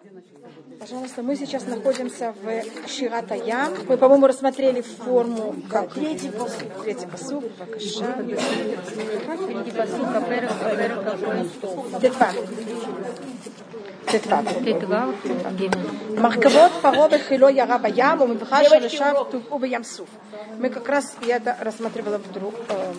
Пожалуйста, мы сейчас находимся в Шират Аям. Мы, по-моему, рассмотрели форму как третий посуг. Махкавот паро бехило яра баям, умивха шалашав туву баямсуф. Мы как раз, я это рассматривала вдруг.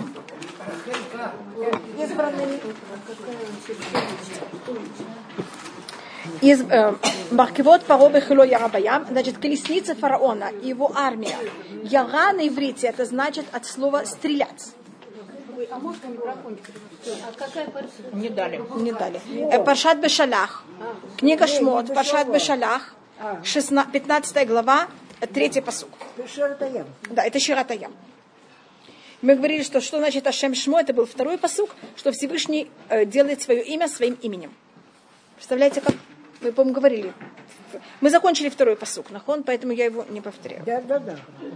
Из Махкавот паро бехило яра баям, значит, колесница фараона и его армия. Яра на иврите, это значит от слова стрелять. А можно микрофончик? А какая парша? Не дали. Паршат Бешалах. Книга Шмот, Паршат Бешалах, 15 глава, 3 пасук. Да, это Шират Аям. Мы говорили, что значит Ашем Шмо, это был второй пасук, что Всевышний делает свое имя своим именем. Представляете, как? Мы, по-моему, говорили. Мы закончили второй пасук, нахон, поэтому я его не повторяю. Да.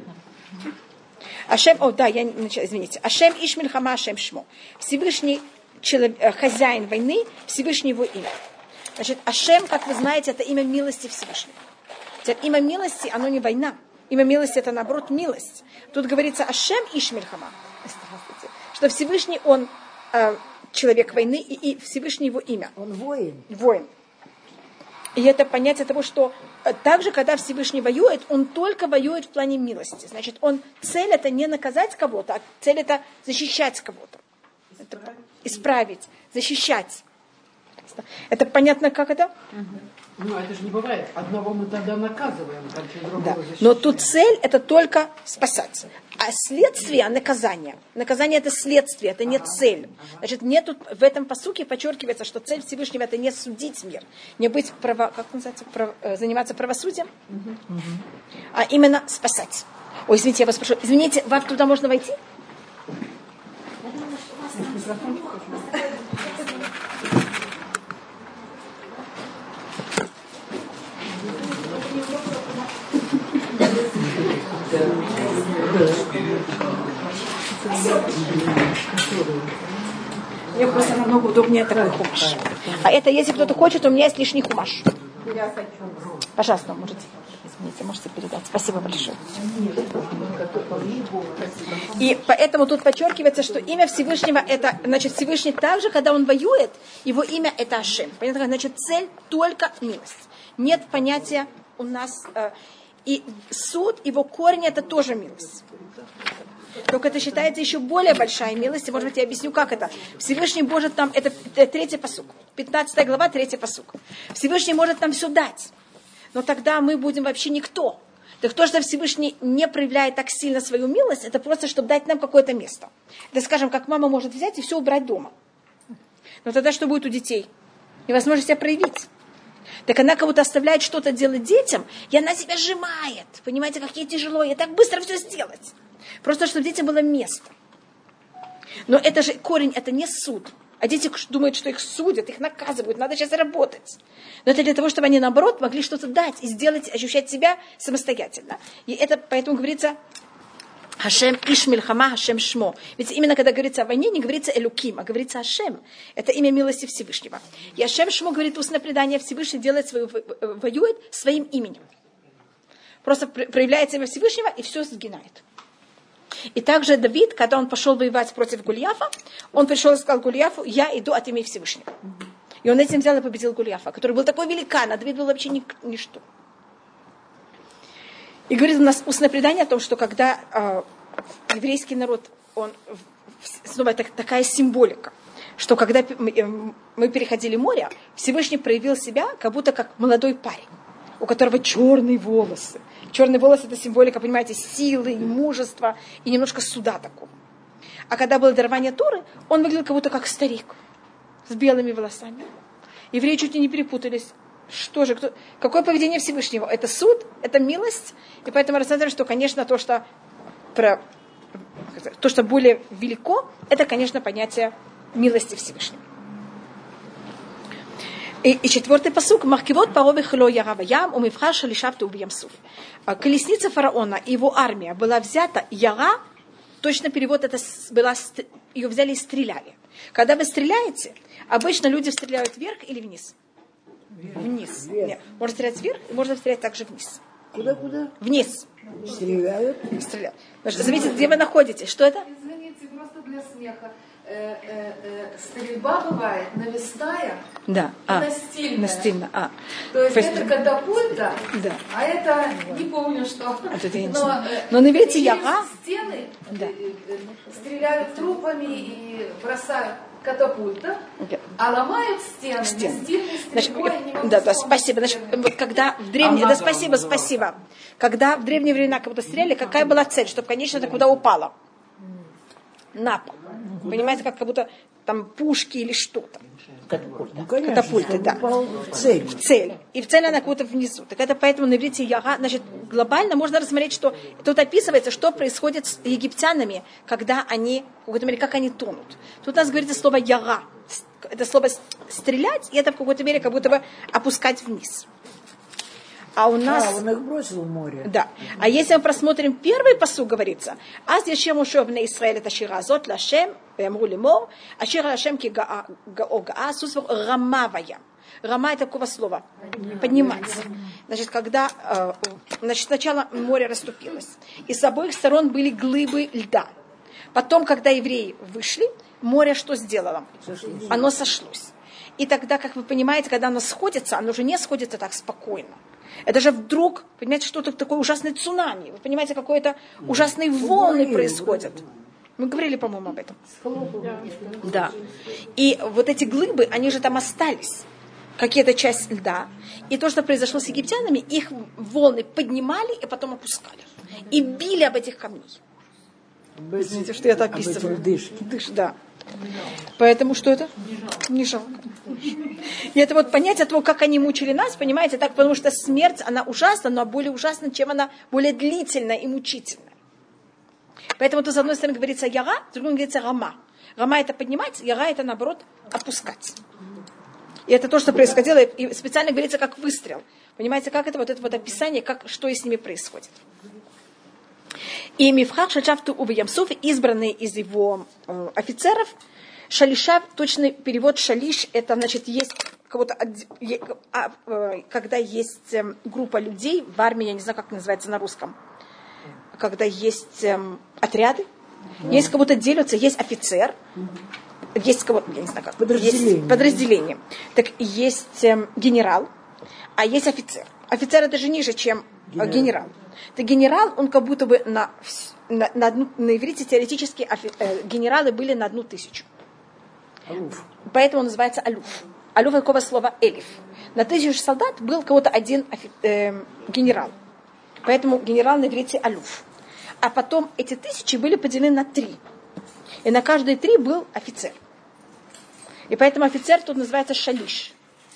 Ашем, извините. Ашем Ишмильхама Ашем Шмо. Всевышний хозяин войны, Всевышний его имя. Значит, Ашем, как вы знаете, это имя милости Всевышнего. Имя милости, оно не война. Имя милости, это наоборот милость. Тут говорится Ашем Ишмильхама. Что Всевышний, он человек войны, и Всевышний его имя. Он воин. Воин. И это понятие того, что также, когда Всевышний воюет, он только воюет в плане милости. Значит, цель это не наказать кого-то, а цель это защищать кого-то. Это исправить, защищать. Это понятно, как это? Ну, это же не бывает. Одного мы тогда наказываем, а другого защищаем. Но тут цель это только спасать. А следствие наказание. Наказание это следствие, это не цель. Значит, нету в этом пасуке подчеркивается, что цель Всевышнего это не судить мир, не быть заниматься правосудием, а именно спасать. Ой, извините, я вас прошу. Извините, вам туда можно войти? Мне просто намного удобнее такой хумаш. А это, если кто-то хочет, у меня есть лишний хумаш. Пожалуйста, можете передать. Спасибо большое. И поэтому тут подчеркивается, что имя Всевышнего это, значит, Всевышний также, когда он воюет, его имя это Ашем. Понятно? Значит, цель только милость. Нет понятия у нас. И суд, его корень это тоже милость. Только это считается еще более большая милость. И, может быть, я объясню, как это. Всевышний может нам, это 3 пасук, 15 глава, 3 пасук. Всевышний может нам все дать. Но тогда мы будем вообще никто. Так то, что Всевышний не проявляет так сильно свою милость, это просто, чтобы дать нам какое-то место. Это, скажем, как мама может взять и все убрать дома. Но тогда что будет у детей? Невозможно себя проявить. Так она кого-то оставляет что-то делать детям, и она себя сжимает. Понимаете, как ей тяжело, ей так быстро все сделать. Просто, чтобы детям было место. Но это же корень, это не суд. А дети думают, что их судят, их наказывают, надо сейчас работать. Но это для того, чтобы они, наоборот, могли что-то дать и сделать, ощущать себя самостоятельно. И это, поэтому говорится, Ашем Ишмильхама, Ашем Шмо. Ведь именно когда говорится о войне, не говорится Элуким, а говорится Ашем. Это имя милости Всевышнего. И Ашем Шмо, говорит устное предание, Всевышний делает воюет своим именем. Просто проявляется имя Всевышнего и все сгинает. И также Давид, когда он пошел воевать против Голиафа, он пришел и сказал Голиафу: я иду от имени Всевышнего. И он этим взял и победил Голиафа, который был такой великан, а Давид был вообще ничто. И говорит у нас устное предание о том, что когда еврейский народ, он, снова это такая символика, что когда мы переходили море, Всевышний проявил себя как будто как молодой парень, у которого черные волосы. Черные волосы – это символика, понимаете, силы, мужества и немножко суда такого. А когда было дарование Торы, он выглядел как будто как старик с белыми волосами. Евреи чуть ли не перепутались. Что же, какое поведение Всевышнего? Это суд, это милость. И поэтому рассмотрели, что, конечно, то, что более велико, это, конечно, понятие милости Всевышнего. И 4 пасук. Махкивот паро бехило яра баям, умивха шалашав туву баямсуф. Колесница фараона и его армия была взята, яра, точно перевод это была, ее взяли и стреляли. Когда вы стреляете, обычно люди стреляют вверх или вниз? Вниз. Нет. Можно стрелять вверх, и можно стрелять также вниз. Куда? Вниз. Стреляют? Стреляют. Заметьте, где вы находитесь. Что это? Извините, просто для смеха. Стрельба бывает навесная, Да. настильная. Настильно. То есть это катапульта, да. а это не помню что. Но на иврите яга. Стены Да. стреляют трупами и бросают катапульта, а ломают стены. Настильной стрельбой. Да, спасибо. Значит, вот когда в древние... Да, спасибо. Когда в древние времена кого-то стреляли, какая была цель? Чтобы, конечно, это куда упало? На пол. Понимаете, как будто там пушки или что-то. Катапульты, да. Цель. И в цель она как будто внизу. Так это поэтому на иврите яга, значит, глобально можно рассмотреть, что тут описывается, что происходит с египтянами, когда они, в какой-то мере, как они тонут. Тут у нас говорится слово яга. Это слово стрелять, и это в какой-то мере как будто бы опускать вниз. А у нас... он их бросил в море. Да. А если мы просмотрим первый пасук, говорится, «Аз ешем ушо бне Исраэль это шира азот лашем, вэмру лемор, ашира лашем ки гао гаа, сусвар рамавая». Рама это какого слова? Подниматься. Значит, когда сначала море расступилось, и с обоих сторон были глыбы льда. Потом, когда евреи вышли, море что сделало? Оно сошлось. И тогда, как вы понимаете, когда оно сходится, оно уже не сходится так спокойно. Это же вдруг, понимаете, что-то такое ужасное цунами. Вы понимаете, какие-то ужасные волны происходят. Мы говорили, по-моему, об этом. Да. И вот эти глыбы, они же там остались. Какие-то часть льда. И то, что произошло с египтянами, их волны поднимали и потом опускали. И били об этих камней. Извините, что я это описываю. Дышь, да. Поэтому что это? Не жалко. И это вот понятие того, как они мучили нас, понимаете, так, потому что смерть, она ужасна, но более ужасна, чем она более длительная и мучительная. Поэтому тут, с одной стороны, говорится яра, с другой говорится рама. Рама это поднимать, яра это, наоборот, опускать. И это то, что происходило, и специально говорится как выстрел. Понимаете, как это вот описание, как, что и с ними происходит. И Мифхах Шальшафту Убиямсуф, избранный из его офицеров, Шалишав, точный перевод Шалиш, это значит, есть кого-то, когда есть группа людей в армии, я не знаю, как это называется на русском, когда есть отряды, есть кого-то делятся, есть офицер, есть кого-то, я не знаю как, есть подразделение. Так есть генерал, а есть офицер. Офицер это же ниже, чем генерал. Так генерал, он как будто бы на иврите теоретически генералы были на 1000. Алуф. Поэтому он называется алуф. Алуф какого слова элиф. На 1000 солдат был кого-то один генерал. Поэтому генерал на иврите алуф. А потом эти 1000 были поделены на 3. И на каждые 3 был офицер. И поэтому офицер тут называется шалиш.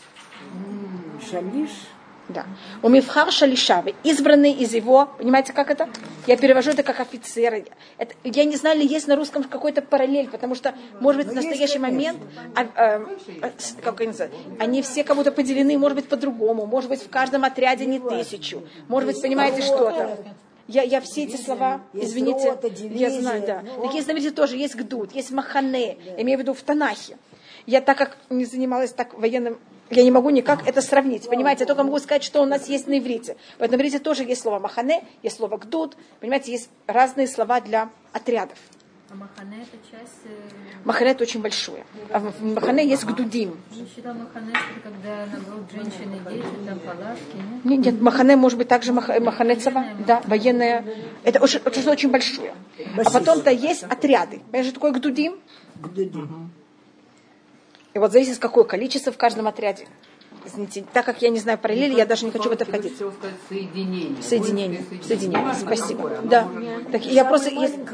Шалиш? Да. У Мифхар Шалишавы, избранный из его, понимаете, как это? Я перевожу это как офицеры. Это, я не знаю, ли есть на русском какой-то параллель, потому что, может быть, в настоящий момент как они называют, они все как будто поделены, может быть, по-другому, может быть, в каждом отряде не 1000, может быть, понимаете, что-то. Я все эти слова, извините, я знаю, да. Так есть, знаете, тоже есть гдуд, есть махане, я имею в виду в Танахе. Я так как не занималась так военным, я не могу никак это сравнить. Понимаете, я только могу сказать, что у нас есть на иврите. Вот на иврите тоже есть слово махане, есть слово гдуд. Понимаете, есть разные слова для отрядов. А махане это часть... Махане это очень большое. А в махане есть гдудим. Я считала махане, это когда, наоборот, женщины, дети, там палатки, нет? Нет, махане может быть также махане цава. Да, военное. Это очень большое. А потом-то есть отряды. Понимаешь, что такое гдудим? Гдудим. И вот зависит, какое количество в каждом отряде. Извините, так как я не знаю параллели, я даже не хочу в это входить. Соединение. Спасибо. Да. Так, я просто...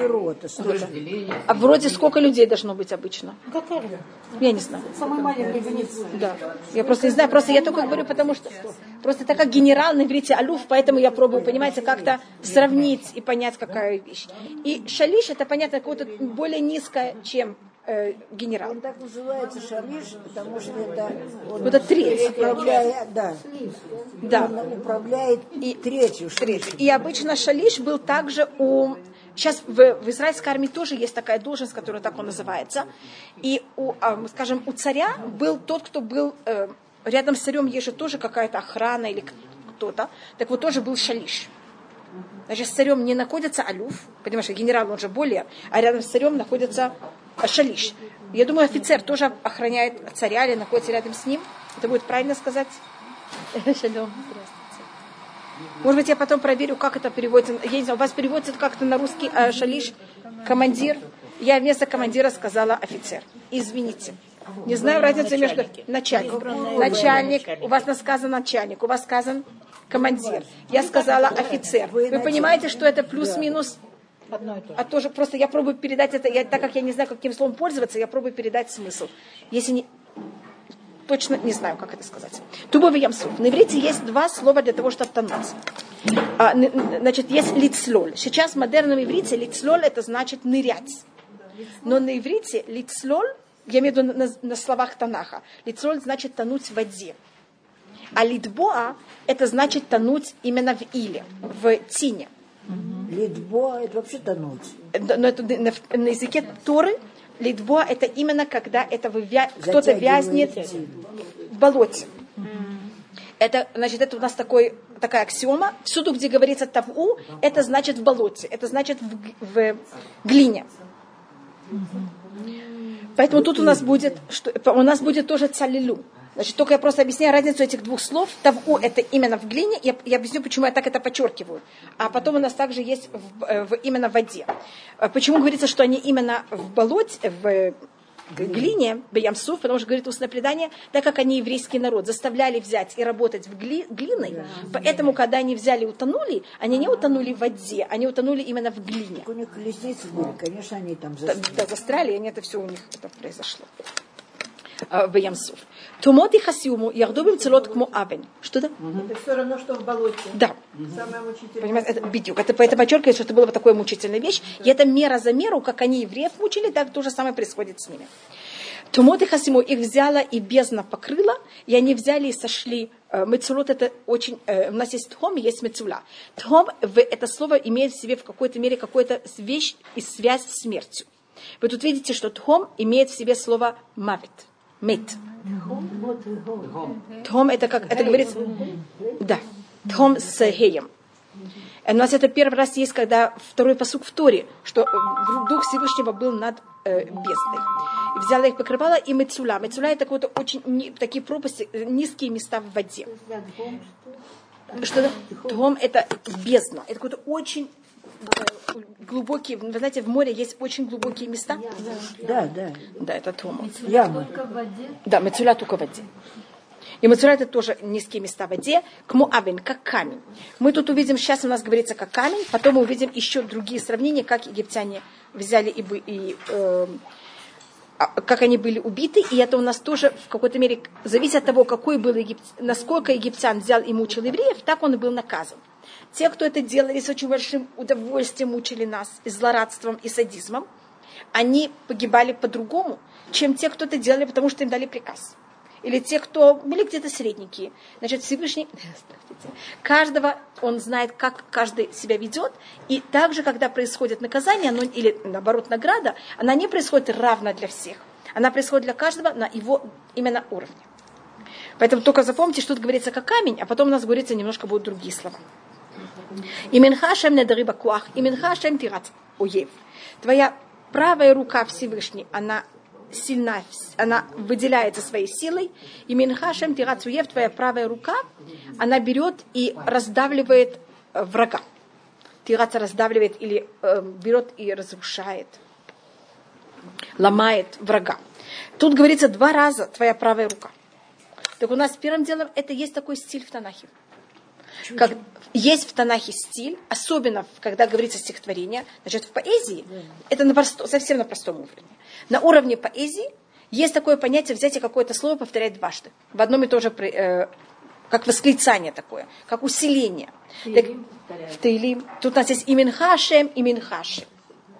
А вроде сколько людей должно быть обычно? Я не знаю. Самая маленькая единица. Да. Я просто не знаю. Просто я только говорю, потому что... Просто так как генерал на иврите алюф, поэтому я пробую, понимаете, как-то сравнить и понять, какая вещь. И шалиш, это, понятно, какое-то более низкое, чем генерал. Он так называется шалиш, потому что это... Он это треть. Управляет, да. Он управляет и третью. И обычно шалиш был также у... Сейчас в израильской армии тоже есть такая должность, которая так он называется. И, скажем, у царя был тот, кто был рядом с царем есть же тоже какая-то охрана или кто-то. Так вот тоже был шалиш. Значит, с царем не находится алюф, понимаешь, генерал, он же более, а рядом с царем находится шалиш. Я думаю, офицер тоже охраняет царя или находится рядом с ним. Это будет правильно сказать? Шалом, здравствуйте. Может быть, я потом проверю, как это переводится. Я не знаю, у вас переводится как-то на русский шалиш, командир. Я вместо командира сказала офицер. Извините. Не знаю разницы между начальник. У вас сказано начальник, у вас сказан командир. Я сказала офицер. Вы понимаете, что это плюс-минус? А тоже просто я пробую передать это, так как я не знаю, каким словом пользоваться, я пробую передать смысл. Если не... Точно не знаю, как это сказать. Тубов и ямсуф. На иврите есть два слова для того, чтобы тонуть. Значит, есть лицлоль. Сейчас в модерном иврите лицлоль это значит нырять. Но на иврите лицлоль, я имею в виду на словах Танаха, лицлоль значит тонуть в воде. А литбоа это значит тонуть именно в иле, в тине. Литбоа это вообще тонуть. Но это на языке Торы литбоа это именно когда это кто-то вязнет в болоте. Это, значит, это у нас такая аксиома. Всюду, где говорится таву, это значит в болоте, это значит в глине. Поэтому тут у нас будет тоже цалилу. Значит, только я просто объясняю разницу этих двух слов. Таву это именно в глине. Я объясню, почему я так это подчеркиваю. А потом у нас также есть именно в воде. Почему говорится, что они именно в болоте, в глине, б-ямсуф, потому что говорит устное предание, так как они еврейский народ заставляли взять и работать глиной, поэтому, когда они взяли и утонули, они не утонули в воде, они утонули именно в глине. У них колесницы были, конечно, они там застряли. Да, застряли, и это все у них это произошло. В Ямсуф. Тумот и хасиуму ярдубим целот кмо авен. Что да? Это все равно, что в болоте. Да. Самое мучительное. Понимаете, это бедюк. Это подчеркивает, что это была бы такая мучительная вещь. И это мера за меру, как они евреев мучили, так то же самое происходит с ними. Тумот и хасиму их взяла и бездна покрыла, и они взяли и сошли. Мецулот это очень... у нас есть тхом и есть мецула. Тхом, это слово имеет в себе в какой-то мере какую-то вещь и связь с смертью. Вы тут видите, что тхом имеет в себе слово мавит. Мет. Тхом это как... Это говорится... Да. Тхом с геем. У нас это первый раз есть, когда второй пасук в Торе, что Дух Всевышнего был над бездной. И взяла их, покрывала, и мецула. Мецула это какие-то очень такие пропасти, низкие места в воде. Что Тхом это бездна. Это какой-то очень глубокие, вы знаете, в море есть очень глубокие места. Да. Да, это Тхом. Только в воде? Да, мецула только в воде. И мецула это тоже низкие места в воде, кмо авен, как камень. Мы тут увидим, сейчас у нас говорится как камень, потом мы увидим еще другие сравнения, как египтяне взяли как они были убиты, и это у нас тоже в какой-то мере зависит от того, насколько египтян взял и мучил евреев, так он и был наказан. Те, кто это делали с очень большим удовольствием, мучили нас и злорадством, и садизмом, они погибали по-другому, чем те, кто это делали, потому что им дали приказ. Или те, кто были где-то средники. Значит, Всевышний, каждого, он знает, как каждый себя ведет. И также, когда происходит наказание, или наоборот награда, она не происходит равно для всех. Она происходит для каждого на его именно уровне. Поэтому только запомните, что тут говорится как камень, а потом у нас говорится немножко будут другие слова. Именха шем недары бакуах, именха шем тират уев. Твоя правая рука Всевышний, она сильна, она выделяется своей силой. И минхашем тирацуев, твоя правая рука, она берет и раздавливает врага. Тираца раздавливает или берет и разрушает, ломает врага. Тут говорится 2 раза твоя правая рука. Так у нас первым делом это есть такой стиль в Танахе. Есть в Танахе стиль, особенно когда говорится стихотворение, значит в поэзии, это совсем на простом уровне. На уровне поэзии есть такое понятие взять и какое-то слово повторять дважды. В одном и том же, как восклицание такое, как усиление. В Таилим. Тут у нас есть имен Хашем, имен Хашем.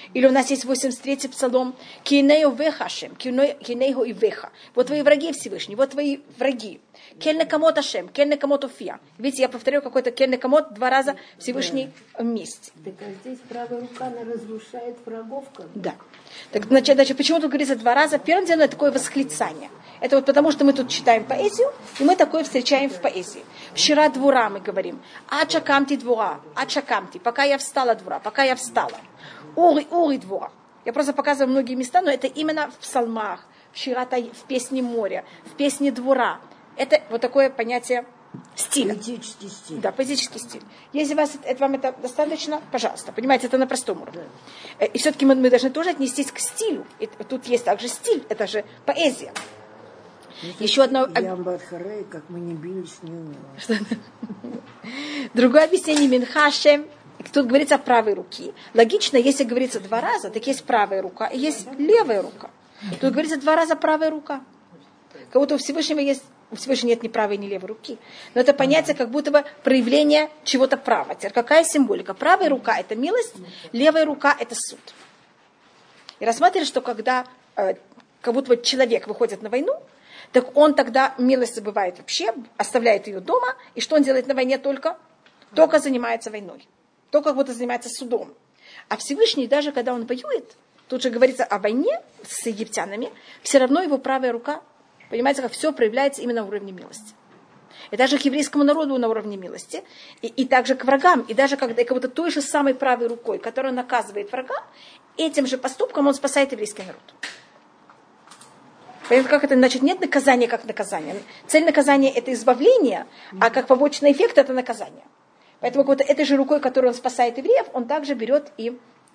Или у нас есть 83-й псалом «Кинею вехашем», «Кинейху и веха». Вот твои враги Всевышний, вот твои враги. «Кельне камот ашем», «Кельне камот уфия». Видите, я повторю какой-то «Кельне камот» 2 раза Всевышний вместе. Так а здесь правая рука, она разрушает врагов. Да. Так, значит, почему тут говорится 2 раза? Первым делом это такое восклицание. Это вот потому, что мы тут читаем поэзию, и мы такое встречаем в поэзии. Вчера двора мы говорим. Ачакамти двора, ачакамти. Пока я встала двора, пока я встала. Ури двора. Я просто показываю многие места, но это именно в псалмах, в песне моря, в песне двора. Это вот такое понятие стиля. Поэтический стиль. Да, поэтический стиль. Если вам это достаточно, пожалуйста. Понимаете, это на простом уровне. И все-таки мы должны тоже отнестись к стилю. И тут есть также стиль, это же поэзия. Еще одно... Ямбадхарей, как мы не бились, не умела. Другое объяснение Минхашем. Тут говорится о правой руке. Логично, если говорится 2 раза, так есть правая рука и есть левая рука. Тут говорится 2 раза правая рука. Как будто у Всевышнего нет ни правой, ни левой руки. Но это понятие как будто бы проявление чего-то правого. Теперь какая символика? Правая рука – это милость, левая рука – это суд. И рассматривали, что когда как будто бы человек выходит на войну, так он тогда милость забывает вообще, оставляет ее дома, и что он делает на войне только? Только занимается войной. Только как будто занимается судом. А Всевышний, даже когда он воюет, тут же говорится о войне с египтянами, все равно его правая рука, понимаете, как все проявляется именно на уровне милости. И даже к еврейскому народу на уровне милости, и также к врагам, и даже когда как будто той же самой правой рукой, которая наказывает врага, этим же поступком он спасает еврейский народ. Понимаете, как это? Значит, нет наказания как наказание. Цель наказания – это избавление, а как побочный эффект – это наказание. Поэтому вот этой же рукой, которой он спасает евреев, он также берет и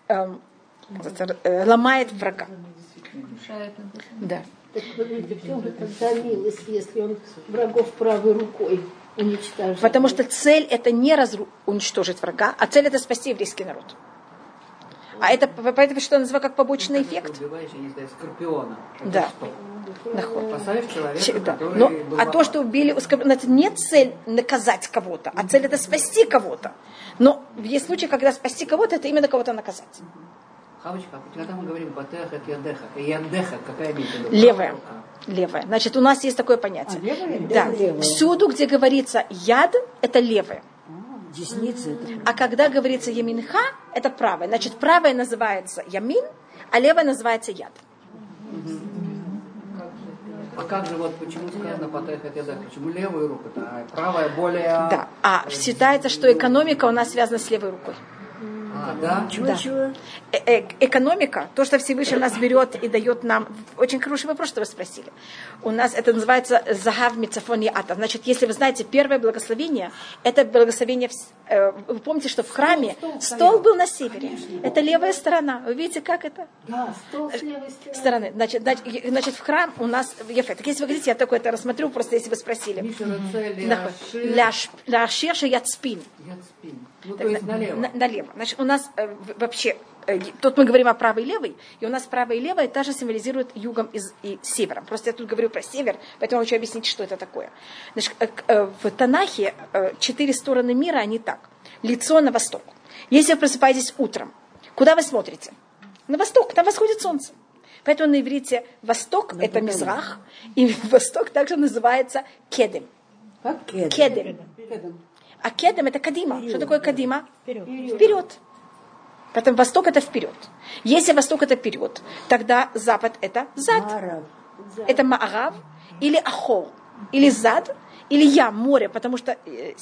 ломает врага. Да. Так в чем же тогда милость, если он врагов правой рукой уничтожает? Потому что цель – это не уничтожить врага, а цель – это спасти еврейский народ. А это, поэтому что называют как побочный эффект? Убиваешь, я не знаю, скорпиона. Да. Спасаешь человека, да. который А то, что убили, это не цель наказать кого-то, а цель это спасти кого-то. Но есть случаи, когда спасти кого-то, это именно кого-то наказать. Хавочка, когда мы говорим батех, это ядеха. Ядеха, какая имеет в виду? Левая. Левая. Значит, у нас есть такое понятие. Да. Всюду, где говорится яд, это левая. Десница это. А когда говорится яминха, это правая. Значит, правая называется ямин, а левая называется яд. А как же вот почему сказано батех, это ядеха? Почему левую руку? А правая более... Да. А считается, что экономика у нас связана с левой рукой. Да? Чего? Экономика, то, что Всевышний нас берет и дает нам, очень хороший вопрос, что вы спросили. У нас это называется загав мицафон яата. Значит, если вы знаете, первое благословение, это благословение, вы помните, что в храме стол был на севере. Это левая сторона. Вы видите, как это? Да, стол с левой стороны. Значит, в храм у нас, так если вы говорите, я только это рассмотрю, просто если вы спросили. Ляшир яцпин. Ну, то есть налево. Налево. Значит, у нас вообще, тут мы говорим о правой и левой, и у нас правая и левая также символизируют югом и севером. Просто я тут говорю про север, поэтому хочу объяснить, что это такое. Значит, в Танахе 4 стороны мира, они так. Лицо на восток. Если вы просыпаетесь утром, куда вы смотрите? На восток, там восходит солнце. Поэтому на иврите восток – это мизрах, и восток также называется кедем. Кедем. А кедем это кадима. Что такое кадима? Вперед. Поэтому восток это вперед. Если восток это вперед, тогда запад это зад. Это маарав или ахор, или зад, или ям, море, потому что,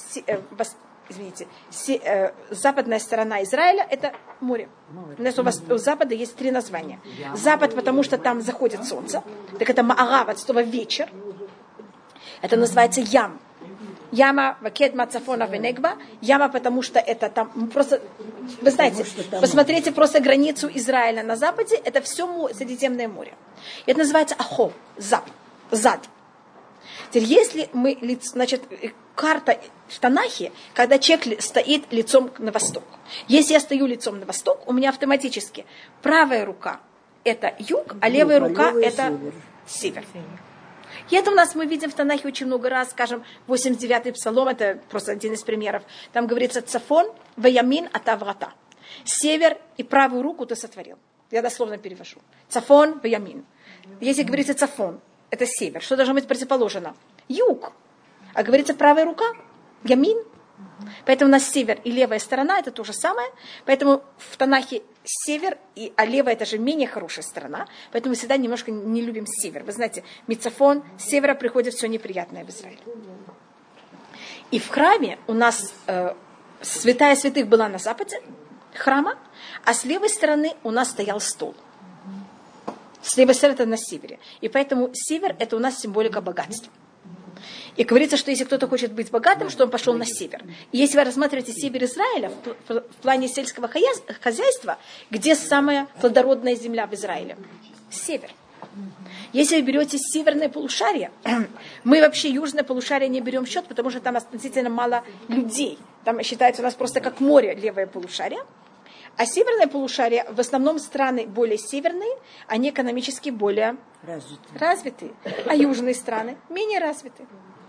западная сторона Израиля это море. У нас у запада есть 3 названия. Запад, потому что там заходит солнце. Так это маарав, от слова вечер. Это называется ям. Яма, вакедма, цафона, венегба. Яма, потому что это там просто, вы знаете, посмотрите просто границу Израиля на западе, это все Средиземное море. Это называется ахо, зад. Теперь, если мы, значит, карта в Танахе, когда человек стоит лицом на восток. Если я стою лицом на восток, у меня автоматически правая рука это юг, а левая рука это север. И это у нас мы видим в Танахе очень много раз, скажем, 89-й псалом, это просто один из примеров. Там говорится «Цафон, ваямин, атаврата». Север и правую руку ты сотворил. Я дословно перевожу. Цафон ваямин. Если говорится цафон, это север. Что должно быть противоположно? Юг. А говорится правая рука, ямин. Поэтому у нас север и левая сторона это то же самое. Поэтому в Танахе север, а левая это же менее хорошая сторона. Поэтому мы всегда немножко не любим север. Вы знаете, мицафон, с севера приходит все неприятное в Израиль. И в храме у нас святая святых была на западе храма, а с левой стороны у нас стоял стол. С левой стороны это на севере. И поэтому север это у нас символика богатства. И говорится, что если кто-то хочет быть богатым, что он пошел на север. И если вы рассматриваете север Израиля в плане сельского хозяйства, где самая плодородная земля в Израиле? Север. Если вы берете северное полушарие, мы вообще южное полушарие не берем в счет, потому что там относительно мало людей. Там считается у нас просто как море левое полушарие. А северное полушарие, в основном страны более северные, они экономически более развитые. А южные страны менее развитые.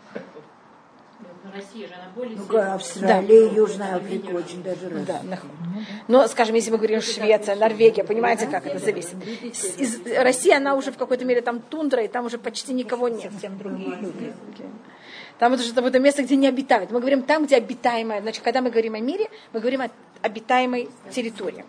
Россия же, она более северная. Австралия и Южная Африка очень даже развиты. Да. Но, скажем, если мы говорим Швеция, Норвегия, понимаете, как это зависит? Россия, она уже в какой-то мере там тундра, и там уже почти никого нет. Совсем другие люди. Там это что-то место, где не обитают. Мы говорим там, где обитаемое. Значит, когда мы говорим о мире, мы говорим о обитаемой территории.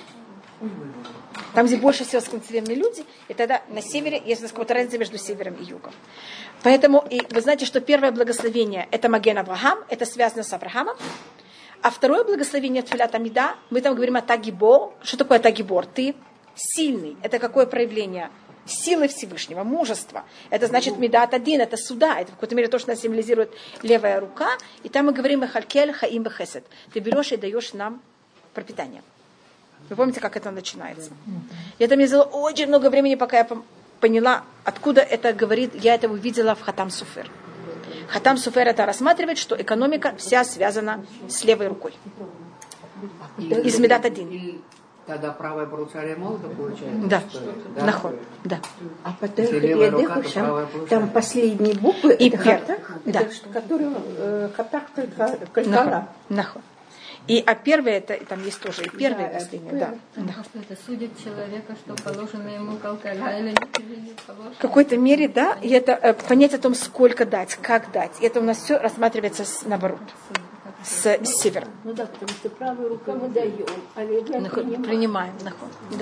Там, где больше всего сконцентрированы люди, и тогда на севере есть у нас какая-то разница между севером и югом. Поэтому, и вы знаете, что первое благословение это Маген Авраам, это связано с Авраамом. А второе благословение Тфилат Амида, мы там говорим о Тагибор. Что такое Тагибор? Ты сильный. Это какое проявление? Силы Всевышнего, мужества. Это значит Мидат Один, это суда. Это в какой-то мере то, что нас символизирует левая рука. И там мы говорим Эхалькель, Хаим Бехесед. Ты берешь и даешь нам пропитание. Вы помните, как это начинается? И это мне заняло очень много времени, пока я поняла, откуда это говорит. Я это увидела в Хатам Суфер. Хатам Суфер это рассматривает, что экономика вся связана с левой рукой. Из Мидат Один. Тогда правая полушарие молота получается? Да. Наход. Да. А потом там последние буквы и это хатах, да. которые хатах калькала. Наход. И а первое, это там есть тоже и первое, и последнее. Да. Что это судит человека, что положено ему калкаля или не положено? В какой-то мере, да, и это понять о том, сколько дать, как дать. И это у нас все рассматривается наоборот, с севера. Ну да, потому что правая рука мы даем, а левая принимаем. Наход. Да.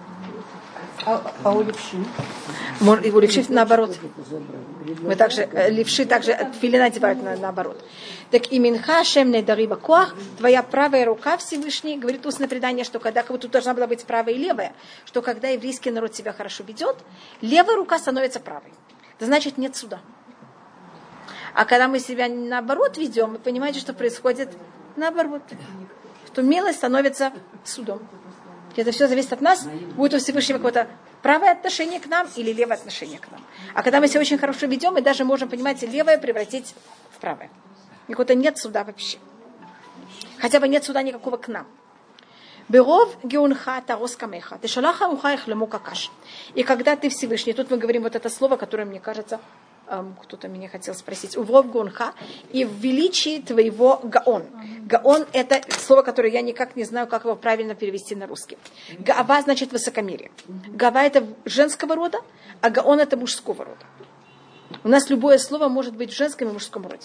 А у левши? У левши наоборот. Мы также, левши также тфилин одевают наоборот. Так и минха шем недари бакоах, твоя правая рука Всевышний, говорит устное предание, что когда, как бы тут должна была быть правая и левая, что когда еврейский народ себя хорошо ведет, левая рука становится правой. Это значит нет суда. А когда мы себя наоборот ведем, вы понимаете, что происходит наоборот. Что милость становится судом. И это все зависит от нас, будет у Всевышнего какое-то правое отношение к нам или левое отношение к нам. А когда мы себя очень хорошо ведем, мы даже можем, понимаете, левое превратить в правое. Никакого нет суда вообще. Хотя бы нет суда никакого к нам. Беров геунха тарос камеха, тешалаха ухаих лемука каш. И когда ты Всевышний, тут мы говорим вот это слово, которое, мне кажется, кто-то меня хотел спросить, увров геунха, и в величии твоего гаон. Гаон это слово, которое я никак не знаю, как его правильно перевести на русский. Гаава значит высокомерие. Гава это женского рода, а гаон это мужского рода. У нас любое слово может быть в женском и мужском роде.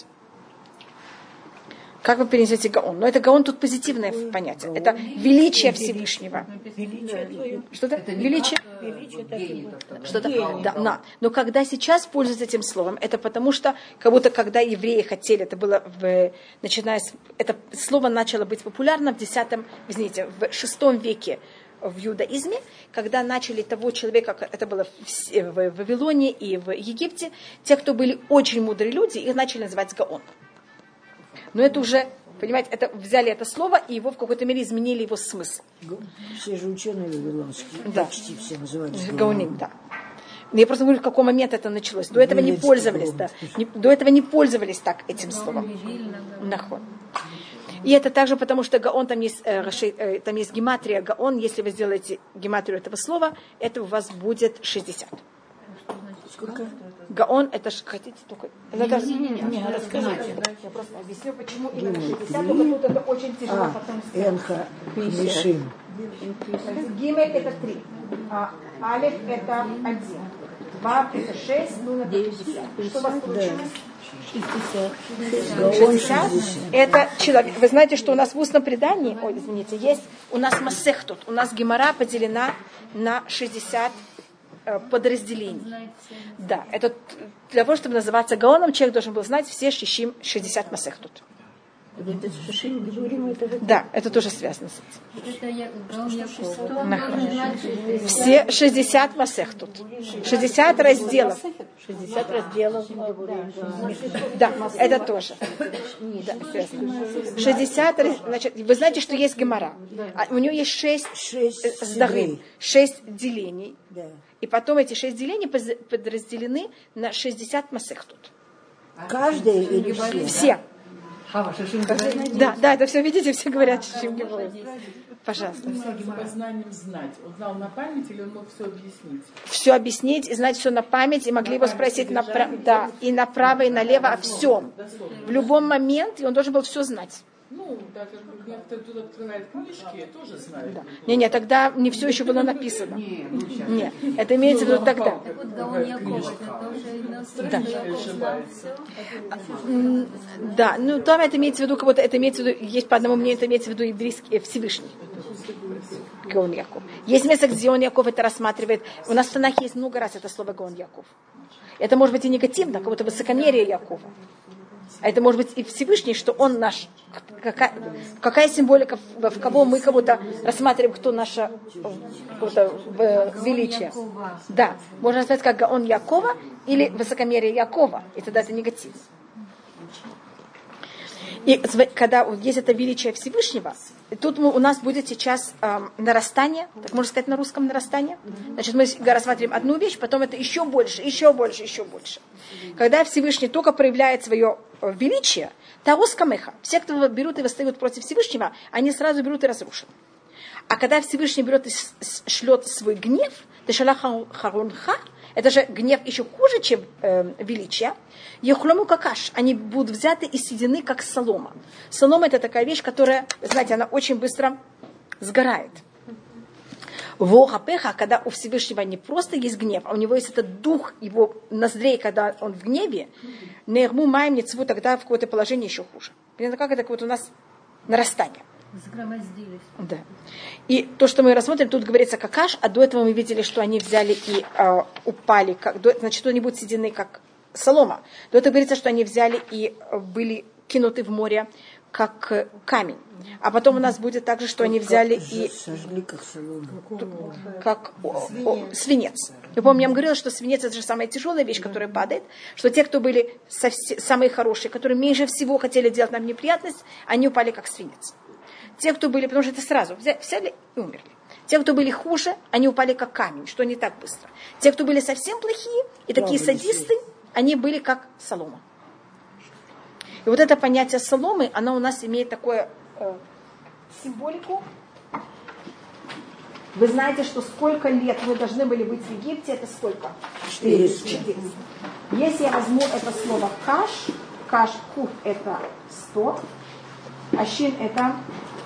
Как вы перенесете гаон? Но это гаон тут позитивное понятие. Это величие Всевышнего. Что-то? Величие? Что-то? Да. Но когда сейчас пользуются этим словом, это потому что, как будто когда евреи хотели, это было начиная с... Это слово начало быть популярно в в 6 веке в иудаизме, когда начали того человека, это было в Вавилоне и в Египте, те, кто были очень мудрые люди, их начали называть гаон. Но это уже, понимаете, взяли это слово и его в какой-то мере изменили его смысл. Все же ученые вавилонские, да. Почти все назывались гаоним, да. Я просто говорю, в какой момент это началось. До этого не пользовались, да. До этого не пользовались так этим словом. Наход. И это также потому, что гаон, там есть гематрия гаон. Если вы сделаете гематрию этого слова, это у вас будет 60. Сколько? Гаон, это же хотите только... Не, расскажите. Я просто объясню, почему именно 60, только тут это очень тяжело потом сказать. Энха Мишим. Гимель это 3, а Алеф это 1. 2 это 6, ну это 50. Что у вас получилось? 60. Это человек. Вы знаете, что у нас в устном предании, есть у нас Масех тут, у нас Гемара поделена на 60 подразделений. Да, это для того, чтобы называться Гаоном, человек должен был знать все 60 Масех тут. Да, это тоже связано с этим. Все 60 масех тут. 60 разделов. 60 разделов. Да, это тоже. Да, связано. 60, значит, вы знаете, что есть Гемара. А у нее есть 6 сдагим, 6 делений. И потом эти 6 делений подразделены на 60 масех тут. Каждый или все? Все. Да, это все, видите, все говорят, чем Гемора. Пожалуйста. По знаниям знать. Он знал на память или он мог все объяснить? Все объяснить и знать все на память, и могли его спросить и направо, и налево о всем. В любом моменте он должен был все знать. Ну, да, как бы некоторые тут открывают книжки, тоже знают. Да. Не, тогда не все еще было написано. Нет, это имеется в виду тогда. Да, ну там это имеется в виду, кого-то это имеется в виду, есть по одному мнению, это имеется в виду еврейский Всевышний. Гаон Яков. Есть место, где Гаон Яков это рассматривает. У нас в Танахе есть много раз это слово Гаон Яков. Это может быть и негативно, как будто высокомерие Якова. А это может быть и Всевышний, что он наш. Какая символика, в кого мы кого-то рассматриваем, кто наше величие. Да, можно сказать, как Гаон Якова или высокомерие Якова. И тогда это негативно. И когда есть это величие Всевышнего, тут у нас будет сейчас нарастание, так можно сказать на русском нарастание. Значит, мы рассматриваем одну вещь, потом это еще больше, еще больше, еще больше. Когда Всевышний только проявляет свое величие, таос камеха, все, кто берут и восстают против Всевышнего, они сразу берут и разрушат. А когда Всевышний берет и шлет свой гнев, тешалаха харунха, это же гнев еще хуже, чем величие. Ехлому какаш, они будут взяты и съедены, как солома. Солома это такая вещь, которая, знаете, она очень быстро сгорает. Вохапеха, когда у Всевышнего не просто есть гнев, а у него есть этот дух его ноздрей, когда он в гневе, нерму маем нецву, тогда в какое-то положение еще хуже. Понятно, как это вот у нас нарастание. Загромоздились. Да. И то, что мы рассмотрим, тут говорится какаш, а до этого мы видели, что они взяли и упали, значит, они будут съедены как солома. До этого говорится, что они взяли и были кинуты в море как камень. А потом у нас будет также, что они взяли и как свинец. Я помню, я вам говорила, что свинец это же самая тяжелая вещь, которая падает, что те, кто были самые хорошие, которые меньше всего хотели делать нам неприятность, они упали как свинец. Те, кто были, потому что это сразу взяли и умерли. Те, кто были хуже, они упали как камень, что не так быстро. Те, кто были совсем плохие и такие садисты, они были как солома. И вот это понятие соломы, оно у нас имеет такую символику. Вы знаете, что сколько лет мы должны были быть в Египте, это сколько? 400. Если я возьму это слово каш куф это 100, а щин это...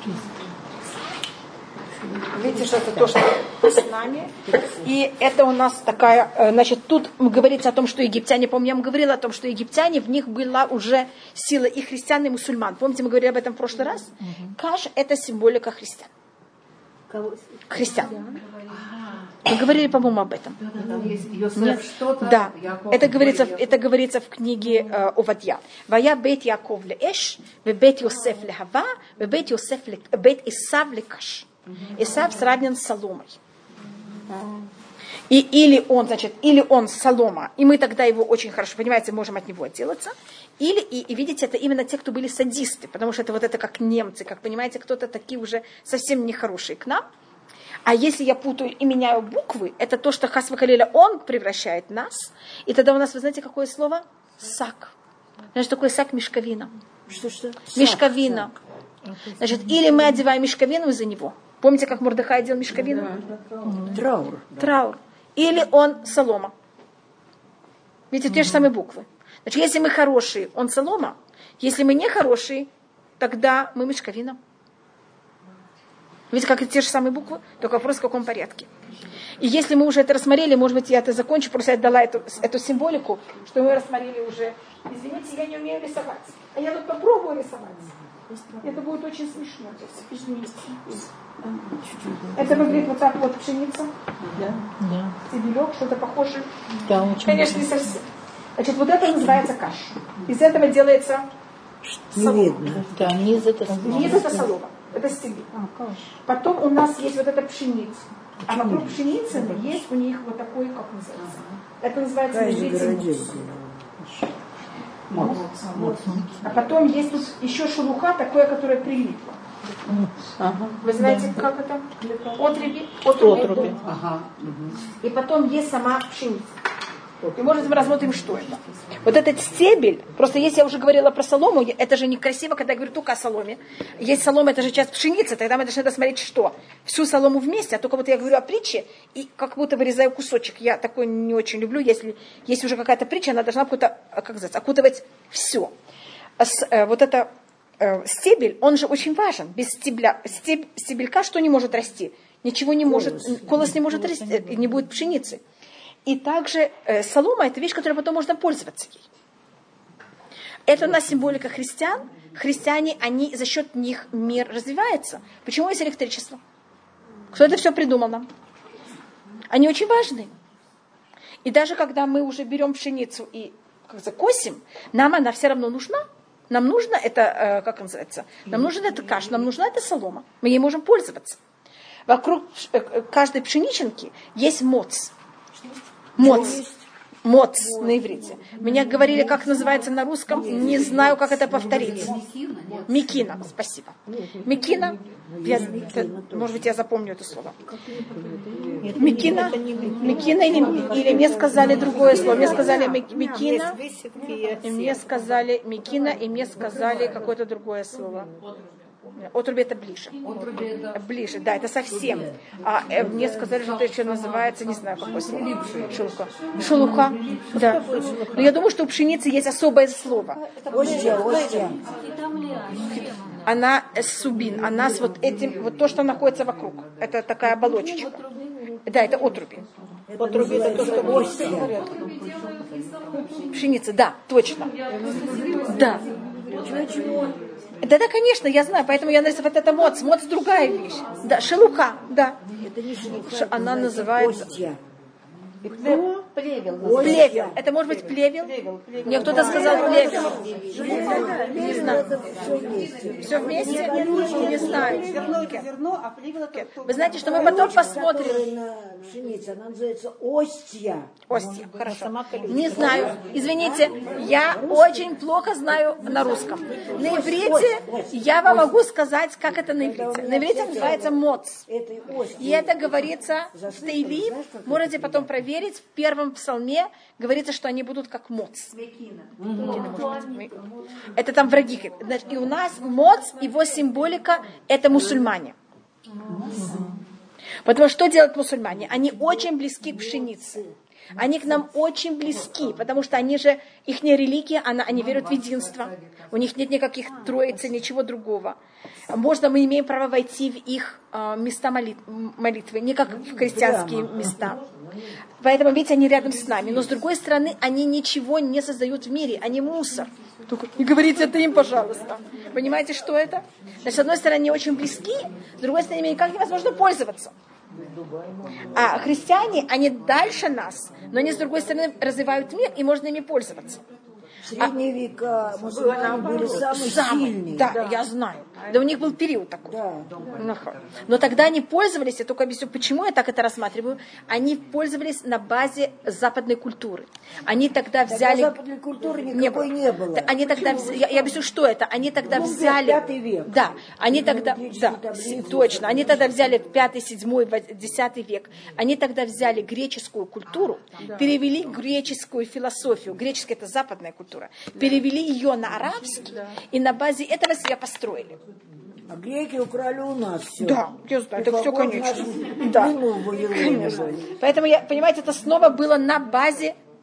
Видите, что это то, что с нами. И это у нас такая, значит, тут говорится о том, что египтяне, помню, я вам говорила о том, что египтяне, в них была уже сила и христиан, и мусульман. Помните, мы говорили об этом в прошлый раз? Каш это символика христиан. Христиан. Мы говорили, по-моему, об этом. Йосеф что-то. Да, это говорится в книге Овадья. Вая бет Яков леэш, бет Йосеф лехава, бет Исав лекаш. Исав сравнен с соломой. И или он солома, и мы тогда его очень хорошо, понимаете, можем от него отделаться. Или, и видите, это именно те, кто были садисты, потому что это вот это как немцы, как понимаете, кто-то такие уже совсем нехорошие к нам. А если я путаю и меняю буквы, это то, что Хас вахалиля, он превращает нас. И тогда у нас, вы знаете, какое слово? Сак. Знаешь, такое сак мешковина. Что? Мешковина. Значит, или мы одеваем мешковину из-за него. Помните, как Мордехай одел мешковину? Траур. Или он солома. Видите, те же самые буквы. Значит, если мы хорошие, он солома. Если мы не хорошие, тогда мы мешковина. Видите, как это те же самые буквы, только вопрос в каком порядке. И если мы уже это рассмотрели, может быть, я это закончу, просто я дала эту символику, что мы рассмотрели уже. Извините, я не умею рисовать. А я тут попробую рисовать. Это будет очень смешно. Извините. Это выглядит вот так вот пшеница. Да. Стебелек, что-то похожее. Да, очень. Конечно, не совсем. Значит, вот это называется каш. Из этого делается солома. Да, низ это солома. Это стебель. Потом у нас есть вот эта пшеница. А вокруг пшеницы есть у них вот такой, как называется. Это называется моц. А потом есть тут еще шелуха, такое, которое прилипло. Вы знаете, как это? Отруби. Ага. И потом есть сама пшеница. И может мы рассмотрим, что это. Вот этот стебель, просто если я уже говорила про солому, это же некрасиво, когда я говорю только о соломе. Есть солома, это же часть пшеницы, тогда мы должны смотреть, что? Всю солому вместе, а только вот я говорю о притче, и как будто вырезаю кусочек. Я такой не очень люблю, если есть уже какая-то притча, она должна окутывать все. Вот это стебель, он же очень важен. Без стебелька что не может расти? Ничего не может, колос не может расти, не будет пшеницы. И также солома – это вещь, которой потом можно пользоваться ей. Это у нас символика христиан. Христиане, они за счет них мир развивается. Почему есть электричество? Кто это все придумал нам? Они очень важны. И даже когда мы уже берем пшеницу и косим, нам она все равно нужна. Нам нужно это, как называется, нам нужен это каш, нам нужна эта солома. Мы ей можем пользоваться. Вокруг каждой пшениченки есть моц. Моц на иврите. Меня говорили, как называется на русском, не знаю, как это повторить. Микина, спасибо. Микина, может быть, я запомню это слово. Микина или мне сказали другое слово. Мне сказали микина, и мне сказали микина, и мне сказали какое-то другое слово. Отруби это ближе. Ближе, да, это совсем. А мне сказали, что это еще называется, не знаю, какое слово. Шелуха. Да. Но я думаю, что у пшеницы есть особое слово. Остия. Она субин, она с вот этим, вот то, что находится вокруг. Это такая оболочечка. Да, это отруби. Отруби это то, что остия. Пшеница, да, точно. Да. Да, конечно, я знаю, поэтому я нарисовала это моц. Моц другая вещь. Да, шелуха, да. Это не шелуха, она называется... Остия. Плевел. Это может быть плевел? Мне кто-то сказал плевел. Не знаю. Все вместе? Не знаю. Вы знаете, что мы потом посмотрим. Пшеница, она называется остия. Остия, хорошо. Не знаю. Извините, я очень плохо знаю на русском. На иврите я вам могу сказать, как это на иврите. На иврите называется моц. И это говорится в Тейлим. Можете потом проверить. В первом псалме говорится, что они будут как моц. Это там враги. И у нас моц, его символика, это мусульмане. Потому что делают мусульмане? Они очень близки к пшенице. Они к нам очень близки, потому что они же, их религия, они верят в единство. У них нет никаких троицы, ничего другого. Можно, мы имеем право войти в их места молитвы, не как в христианские места. Поэтому, видите, они рядом с нами. Но, с другой стороны, они ничего не создают в мире. Они мусор. Только не говорите это им, пожалуйста. Понимаете, что это? Значит, с одной стороны, они очень близки, с другой стороны, ими никак невозможно пользоваться. А христиане, они дальше нас, но они, с другой стороны, развивают мир, и можно ими пользоваться. В средние века мусульмане были самые сильные. Да, я знаю. Да, у них был период такой. Да. Но тогда они пользовались, я только объясню, почему я так это рассматриваю, они пользовались на базе западной культуры. Они тогда взяли... Западной культуры никакой не было. Они тогда я объясню, что это. Они тогда взяли... 5 век. Да, они тогда... Да, точно. Они тогда взяли 5, 7, 10 век. Они тогда взяли греческую культуру, перевели греческую философию. Греческая — это западная культура. Перевели ее на арабский, и на базе этого себя построили. А греки украли у нас все. Да, я знаю, это все, конечно. Да, конечно. Поэтому, понимаете, это снова было на базе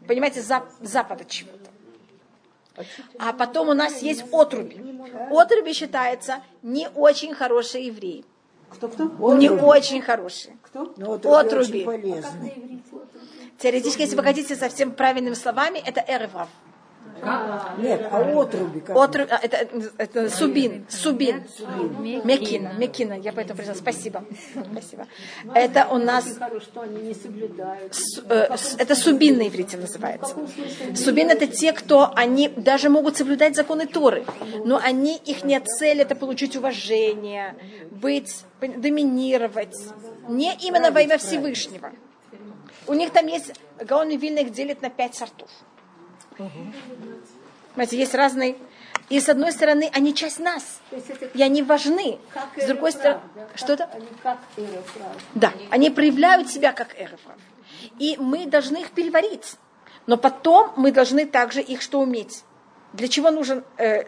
понимаете, запада чего-то. А потом у нас есть отруби. Отруби считается не очень хорошие евреи. Кто? Не очень хорошие. Кто? Отруби. Очень полезный. Теоретически, если вы хотите совсем правильными словами, это эревав. Нет, отруби. Это субин. Мекина. Я поэтому пришла. Спасибо. Это у нас... Что они не соблюдают. Это субин на иврите называется. Субин это те, кто они даже могут соблюдать законы Торы, но их цель это получить уважение, доминировать. Не именно во имя Всевышнего. У них там есть, Гаон Вильна их делит на 5 сортов. Понимаете, есть разные. И с одной стороны, они часть нас. И они важны. С другой стороны, что-то? Они как эрефрав. Да, они проявляют себя как эрефрав. И мы должны их переварить. Но потом мы должны также их что уметь. Для чего нужен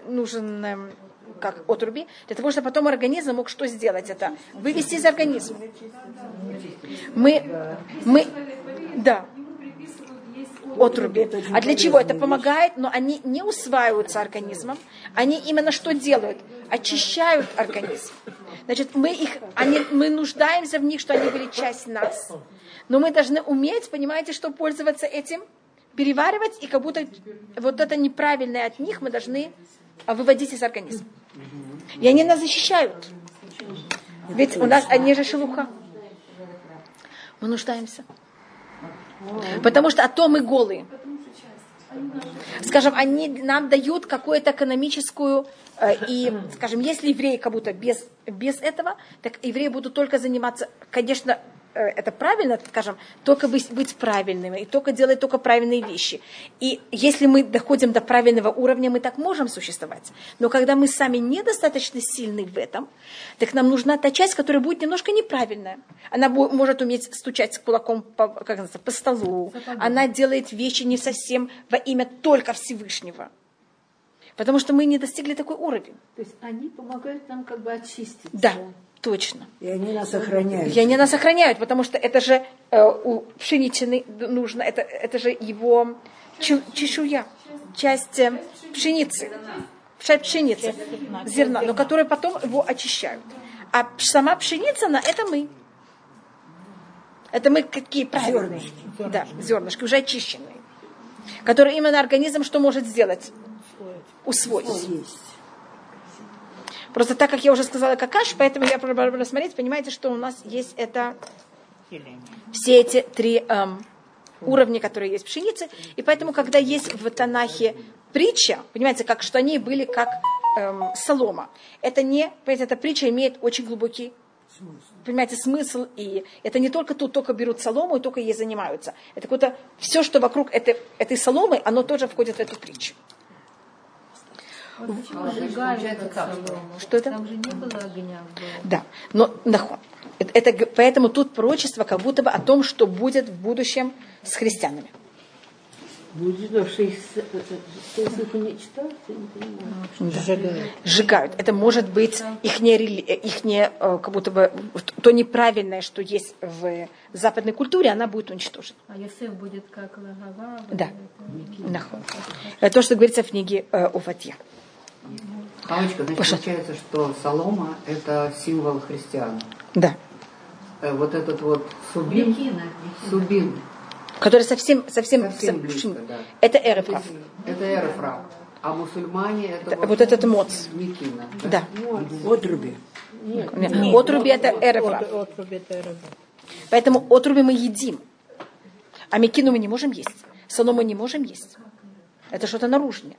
как отруби? Для того, чтобы потом организм мог что сделать? Это вывести из организма. Да. Отруби. А для чего? Это помогает, но они не усваиваются организмом. Они именно что делают? Очищают организм. Значит, мы нуждаемся в них, что они были часть нас. Но мы должны уметь, понимаете, что пользоваться этим, переваривать, и как будто вот это неправильное от них мы должны выводить из организма. И они нас защищают. Ведь у нас они же шелуха. Мы нуждаемся. Потому что мы голые. Скажем, они нам дают какую-то экономическую... И, скажем, если евреи как будто без этого, так евреи будут только заниматься, конечно, это правильно, скажем, только быть правильными, и только делать только правильные вещи. И если мы доходим до правильного уровня, мы так можем существовать. Но когда мы сами недостаточно сильны в этом, так нам нужна та часть, которая будет немножко неправильная. Она может уметь стучать кулаком по столу. Она делает вещи не совсем во имя только Всевышнего. Потому что мы не достигли такой уровень. То есть они помогают нам как бы очиститься. Да. Точно. И они нас охраняют. Потому что это же у пшеничины нужно, это же его чешуя, часть пшеницы, зерна, но которые потом его очищают. А сама пшеница, это мы. Это мы какие правильные. Да, зернышки, уже очищенные. Которые именно организм что может сделать? Усвоить. Просто так, как я уже сказала, какаш, поэтому я пробовала смотреть, понимаете, что у нас есть все эти 3 уровня, которые есть в пшенице, и поэтому, когда есть в Танахе притча, понимаете, что они были как солома, понимаете, эта притча имеет очень глубокий, понимаете, смысл, и это не только только берут солому и только ей занимаются, это какое-то все, что вокруг этой соломы, оно тоже входит в эту притчу. Что это? Там же не было огня. Да, но поэтому тут пророчество как будто бы о том, что будет в будущем с христианами. Будет, что их уничтожат, Сжигают. Это может быть их как будто бы то неправильное, что есть в западной культуре, она будет уничтожена. А Йосеф будет как Лагава? Да. То, что говорится в книге Овадья. Павочка, значит, получается, что солома – это символ христиан. Да. Вот этот вот субин. Который совсем близко, да. Это эрефрав. Это эрефрав. А мусульмане это вот этот моц. Мекина. Да. Отруби. Отруби это эрефрав. Поэтому отруби мы едим. А мекину мы не можем есть. Солому мы не можем есть. Это что-то наружное.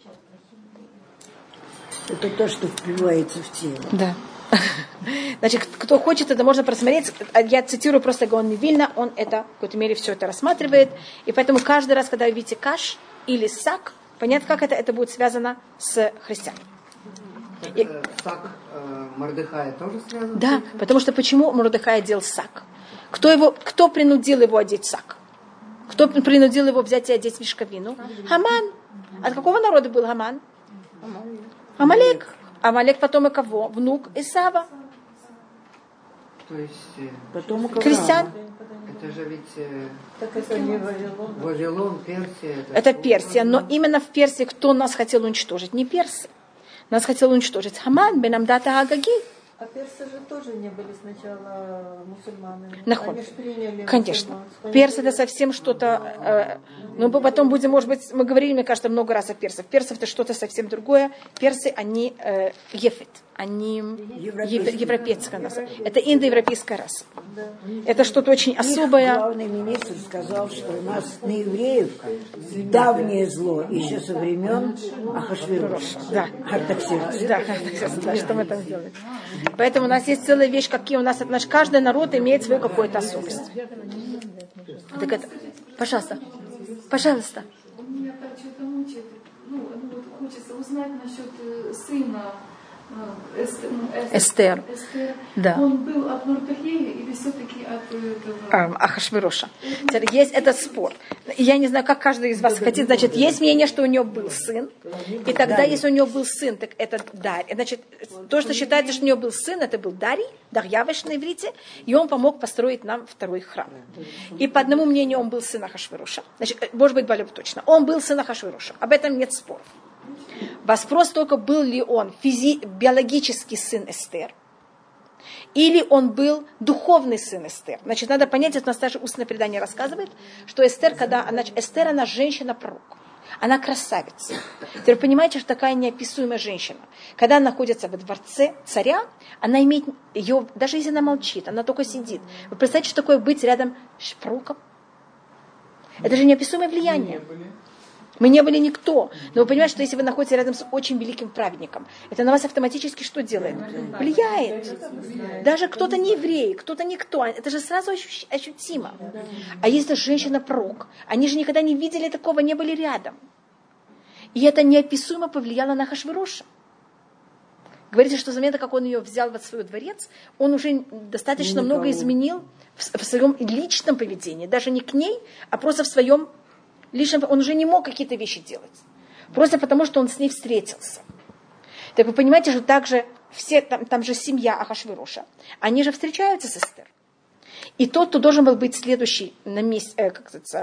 Это то, что впивается в тело. Да. Значит, кто хочет, это можно просмотреть. Я цитирую просто Гаон Вильна, он это в какой-то мере все это рассматривает. И поэтому каждый раз, когда вы видите каш или сак, понятно, как это будет связано с христианами. Сак Мордехая тоже связан? Да, потому что почему Мордехай одел сак? Кто принудил его одеть сак? Кто принудил его взять и одеть мешковину? Хаман. От какого народа был Хаман? Амалек. Амалек потом и кого? Внук Исава. То есть Потом Крестьян. это же ведь Так это не Вавилон. Вавилон, Персия. Это Персия. Но именно в Персии кто нас хотел уничтожить? Не персы. Нас хотел уничтожить Хаман бен Амдата Агаги. А персы же тоже не были сначала мусульманами. Наход. Они же приняли Конечно. мусульманство. Персы это совсем что-то... мы потом будем, может быть, мы говорили, мне кажется, много раз о персах. Персов это что-то совсем другое. Персы, они ефет. Они европейская раса. Это индоевропейская раса. Это что-то очень особое. Главный министр сказал, что у нас на евреев давнее зло, еще со времен Ахашвироша. Да. Артаксеркса. Да, что мы там делаем. Поэтому у нас есть целая вещь, какие у нас, каждый народ имеет свою какую-то особенность. Так это, пожалуйста. Пожалуйста. Меня так что-то мучает. Вот хочется узнать насчет сына Эстер. Да. Он был от Мордехея или все-таки от этого? Ахашвироша. Есть этот спор. Я не знаю, как каждый из вас хотит. Значит, есть мнение, что у него был сын. И тогда, если у него был сын, так это Дарий. Значит, то, что считается, что у него был сын, это был Дарий, Дарьявеш на иврите, и он помог построить нам второй храм. И по одному мнению, он был сын Ахашвироша. Значит, может быть, более точно. Он был сын Ахашвироша. Об этом нет споров. Вопрос только, был ли он биологический сын Эстер, или он был духовный сын Эстер. Значит, надо понять, это у нас даже устное предание рассказывает, что Эстер, Эстер, она женщина-пророк. Она красавица. Теперь вы понимаете, что такая неописуемая женщина. Когда она находится во дворце царя, она имеет ее, даже если она молчит, она только сидит. Вы представляете, что такое быть рядом с пророком? Это же неописуемое влияние. Мы не были никто. Но вы понимаете, что если вы находитесь рядом с очень великим праведником, это на вас автоматически что делает? Влияет. Даже кто-то не еврей, кто-то никто. Это же сразу ощутимо. А если женщина-пророк, они же никогда не видели такого, не были рядом. И это неописуемо повлияло на Ахашвироша. Говорится, что с момента, как он ее взял в свой дворец, он уже достаточно много изменил в своем личном поведении. Даже не к ней, а просто в своем лишнем. Он уже не мог какие-то вещи делать. Просто потому, что он с ней встретился. Так вы понимаете, что также все, там же семья Ахашвироша, они же встречаются с Эстер. И тот, кто должен был быть следующий на месте,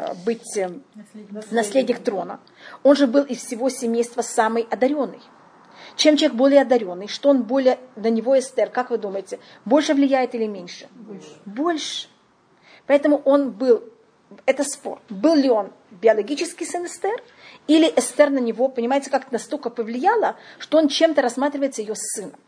наследник трона, он же был из всего семейства самый одаренный. Чем человек более одаренный, что он более, на него Эстер, как вы думаете, больше влияет или меньше? Больше. Поэтому он был, это спор, был ли он биологический сын Эстер, или Эстер на него, понимаете, как настолько повлияло, что он чем-то рассматривается ее сыном.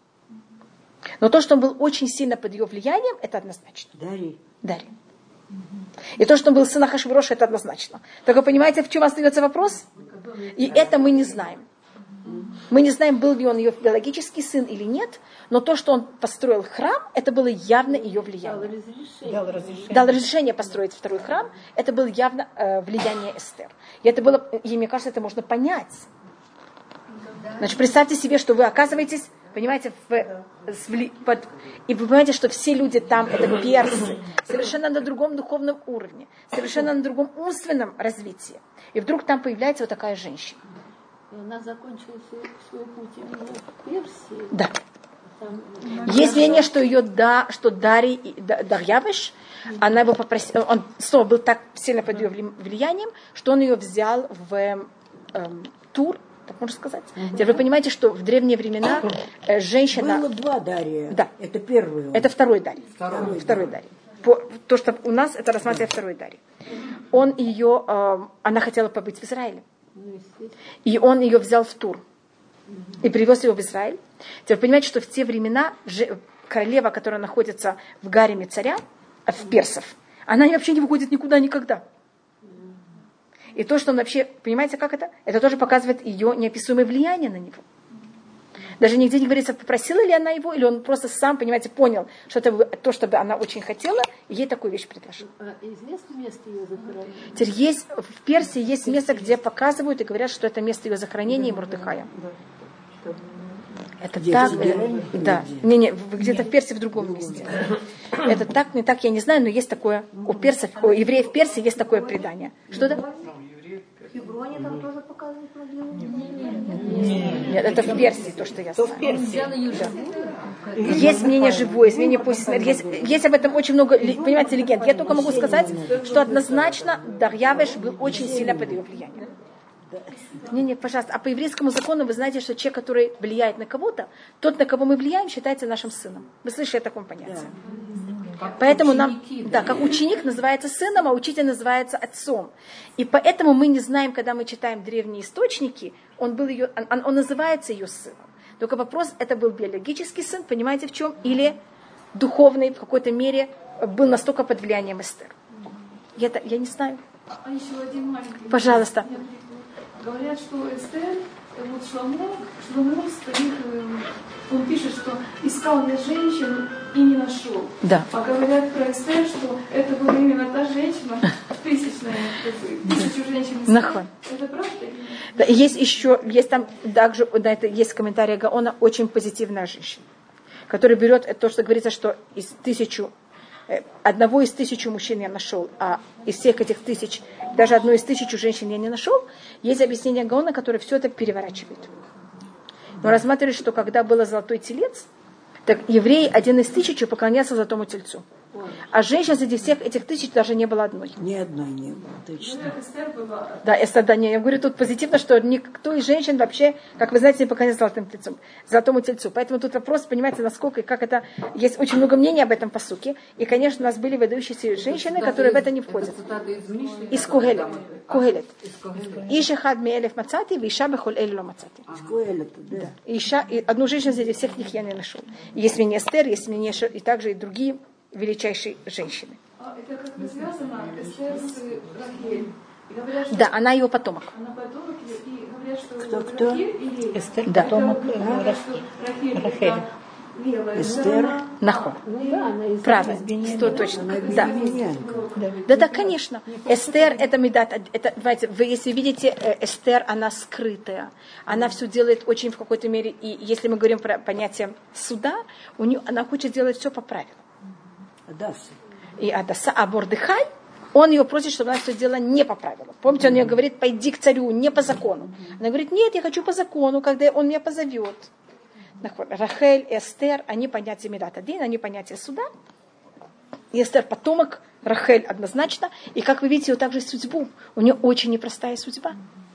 Но то, что он был очень сильно под ее влиянием, это однозначно. Дарий. И то, что он был сын Ахашвироша, это однозначно. Только понимаете, в чем остается вопрос? И это мы не знаем. Мы не знаем, был ли он ее биологический сын или нет, но то, что он построил храм, это было явно ее влияние. Дал разрешение построить второй храм, это было явно влияние Эстер. И это было, и мне кажется, это можно понять. Значит, представьте себе, что вы оказываетесь, понимаете, и вы понимаете, что все люди там, это персы, совершенно на другом духовном уровне, совершенно на другом умственном развитии. И вдруг там появляется вот такая женщина. И она закончила свой путь именно в Персии. Да. Есть мнение, что ее что Дарьявеш, она его попросила, он снова был так сильно под ее влиянием, что он ее взял в Тур, так можно сказать. Теперь вы понимаете, что в древние времена женщина... Было два Дария. Да. Это первый. Это второй Дарий. Второй Дарий. То, что у нас, это рассматривает второй Дарий. Он ее, она хотела побыть в Израиле. И он ее взял в Тур. И привез его в Израиль. Теперь вы понимаете, что в те времена королева, которая находится в гареме царя, в персов, она вообще не выходит никуда никогда. И то, что он вообще, понимаете, как это? Это тоже показывает ее неописуемое влияние на него. Даже нигде не говорится, попросила ли она его, или он просто сам, понимаете, понял, что это то, что она очень хотела, и ей такую вещь предложил. А известно место ее захоронения? Теперь есть, в Персии есть место, где показывают и говорят, что это место ее захоронения и Мордехая. Это так, да. Не, где-то в Персии в другом месте. Это так, не так, я не знаю, но есть такое, у евреев в Персии есть такое предание. Что-то? Могу они там тоже показывать могилу? Нет, это в Персии, то, что я знаю. Взял ее живую. Есть мнение живое, есть мнение пусть. Есть об этом очень много, понимаете, легенд. Я только могу сказать, что однозначно Дарьявеш был очень сильно под ее влиянием. Не, пожалуйста. А по еврейскому закону вы знаете, что человек, который влияет на кого-то, тот, на кого мы влияем, считается нашим сыном. Вы слышали о таком понятии? Поэтому ученики, нам, да, как ученик называется сыном, а учитель называется отцом. И поэтому мы не знаем, когда мы читаем древние источники, он называется ее сыном. Только вопрос, это был биологический сын, понимаете в чем? Или духовный, в какой-то мере, был настолько под влиянием Эстер. Я не знаю. А еще один маленький. Пожалуйста. Говорят, что Эстер, вот Шломо стоит, он пишет, что искал я женщину и не нашел. Да. А говорят про Эстер, что это была именно та женщина, тысячу женщин. Нахон. Это правда? Да, и есть там также, да, это есть комментарий Гаона, очень позитивная женщина, которая берет то, что говорится, что одного из 1000 мужчин я нашел, а из всех этих 1000, даже одну из 1000 женщин я не нашел. Есть объяснение Гаона, которое все это переворачивает. Но рассматривает, что когда был золотой телец, так евреи один из 1000 поклонялся золотому тельцу. А женщин среди всех этих 1000 даже не было одной. Ни одной не было, точно. Да, Эстер, да, не, я говорю тут позитивно, что никто из женщин вообще, как вы знаете, не поклонялся золотому тельцу. Поэтому тут вопрос, понимаете, насколько и как это... Есть очень много мнений об этом пасуке. И, конечно, у нас были выдающиеся женщины, которые в это не входят. Из Кугелет. Иша меэлев мацати, виша бехоль эль ло мацати. Из Кугелета, да. И одну женщину среди всех них я не нашел. Есть мнение Эстер, есть мнение и также и другие величайшие женщины. А это как-то связано Эстер с Рахель? Говорят, да, она его потомок. Она потомок, и говорят, что Кто? Рахель или... Эстер, да. потомок Рахель. Левая Эстер. Нахон. Да, она из Правда, точно. Да. Да, конечно. Эстер это медат. Это, знаете, вы если видите, Эстер, она скрытая. Она все делает очень в какой-то мере. И если мы говорим про понятие суда, она хочет делать все по правилам. И Адаса, а Мордехай, он ее просит, чтобы она все делала не по правилам. Помните, он ей говорит, пойди к царю, не по закону. Она говорит, нет, я хочу по закону, когда он меня позовет. Рахель и Эстер, они понятия Медат Адин, они понятия суда. И Эстер потомок, Рахель однозначно. И как вы видите, ее также судьбу. У нее очень непростая судьба.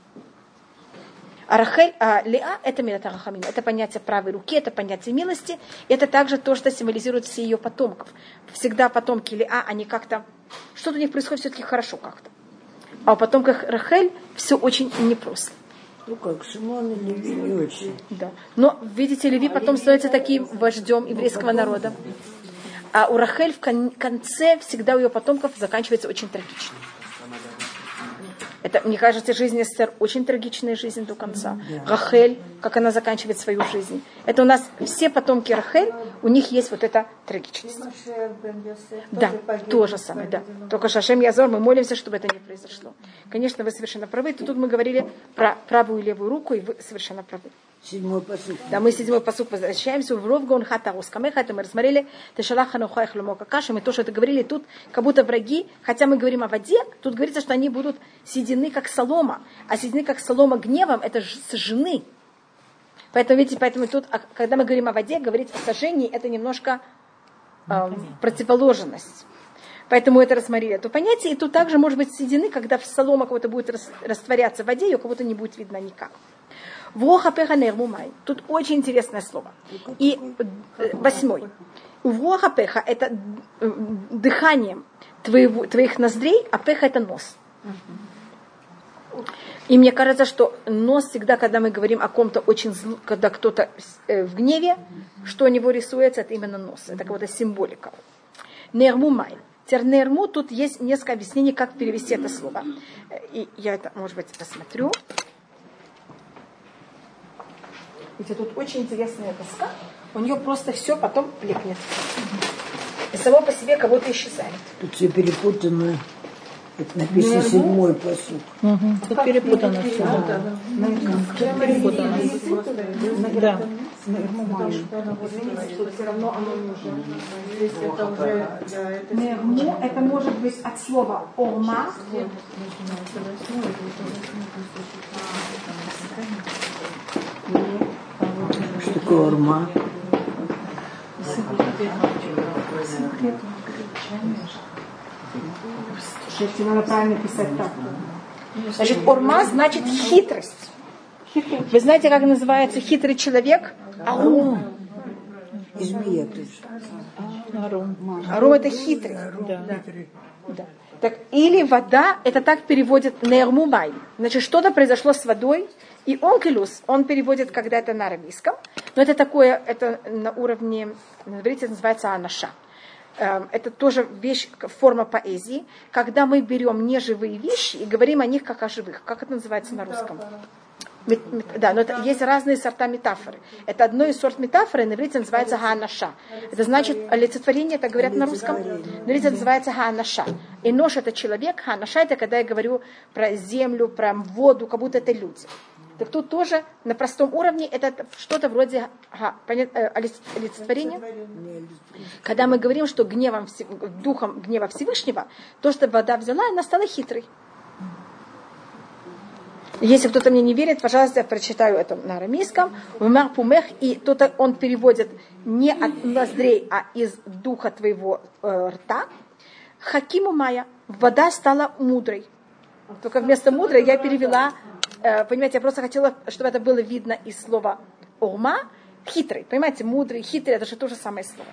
А Рахель, Леа – это Медат Рахамин, это понятие правой руки, это понятие милости. Это также то, что символизирует все ее потомков. Всегда потомки Леа, они как-то, что-то у них происходит все-таки хорошо как-то. А у потомков Рахель все очень непросто. Ну как, Шимон и Леви не очень. Да. Но, видите, Леви потом становится таким вождем еврейского народа. А у Рахель в конце всегда у ее потомков заканчивается очень трагично. Это, мне кажется, жизнь Эстер очень трагичная жизнь до конца. Рахель, как она заканчивает свою жизнь. Это у нас все потомки Рахель, у них есть вот эта трагичность. Да, то же самое, да. Только Шашем Язор, мы молимся, чтобы это не произошло. Конечно, вы совершенно правы. И тут мы говорили про правую и левую руку, и вы совершенно правы. 7-й пасук. Да, мы 7-й пасук возвращаемся. В Ровгон хата ускамеха, это мы рассмотрели. Тешалаха нухай хлумока каши. Мы тоже это говорили тут, как будто враги, хотя мы говорим о воде, тут говорится, что они будут съедены как солома. А съедены как солома гневом, это сожжены. Поэтому, видите, тут, когда мы говорим о воде, говорить о сожжении, это немножко противоположность. Поэтому это рассмотрели, это понятие. И тут также может быть съедены, когда солома кого-то будет растворяться в воде, ее кого-то не будет видно никак. Тут очень интересное слово. И 8. Вуахапеха – это дыханием твоих ноздрей, а пеха – это нос. И мне кажется, что нос всегда, когда мы говорим о ком-то очень злом, когда кто-то в гневе, что у него рисуется, это именно нос. Это какая-то символика. Нермумай. Нерму, тут есть несколько объяснений, как перевести это слово. И я это, может быть, посмотрю. Видите, тут очень интересная доска. У нее просто все потом плекнет. И само по себе кого-то исчезает. Тут все перепутано. Это написано 7-й пасук. Тут перепутано все. Перепутано. Да. Все равно оно нужно. То есть это уже... Да, это Нерму, это может быть от слова орма. Что такое орма? Слушайте, надо правильно писать так. Значит, орма значит хитрость. Вы знаете, как называется хитрый человек? Арум. И змея тоже. Арум это хитрый. Да. Так, или вода, это так переводит нермумай. Значит, что-то произошло с водой, и онкелус, он переводит когда-то на арамейском, но это такое, это на уровне, на иврите называется анаша. Это тоже вещь, форма поэзии, когда мы берем неживые вещи и говорим о них как о живых. Как это называется на русском? Да, но это, есть разные сорта метафоры. Это одно из сорт метафоры, на иврите называется ганаша. Это значит олицетворение, это говорят на русском. На иврите называется ганаша. И нож это человек, ганаша это когда я говорю про землю, про воду, как будто это люди. Так тут тоже на простом уровне это что-то вроде олицетворения. Когда мы говорим, что духом гнева Всевышнего, то, что вода взяла, она стала хитрой. Если кто-то мне не верит, пожалуйста, я прочитаю это на арамейском. И тут он переводит не от ноздрей, а из духа твоего рта. Хакиму Майя. Вода стала мудрой. Только вместо мудрой я перевела, понимаете, я просто хотела, чтобы это было видно из слова орма. Хитрый, понимаете, мудрый, хитрый, это же то же самое слово.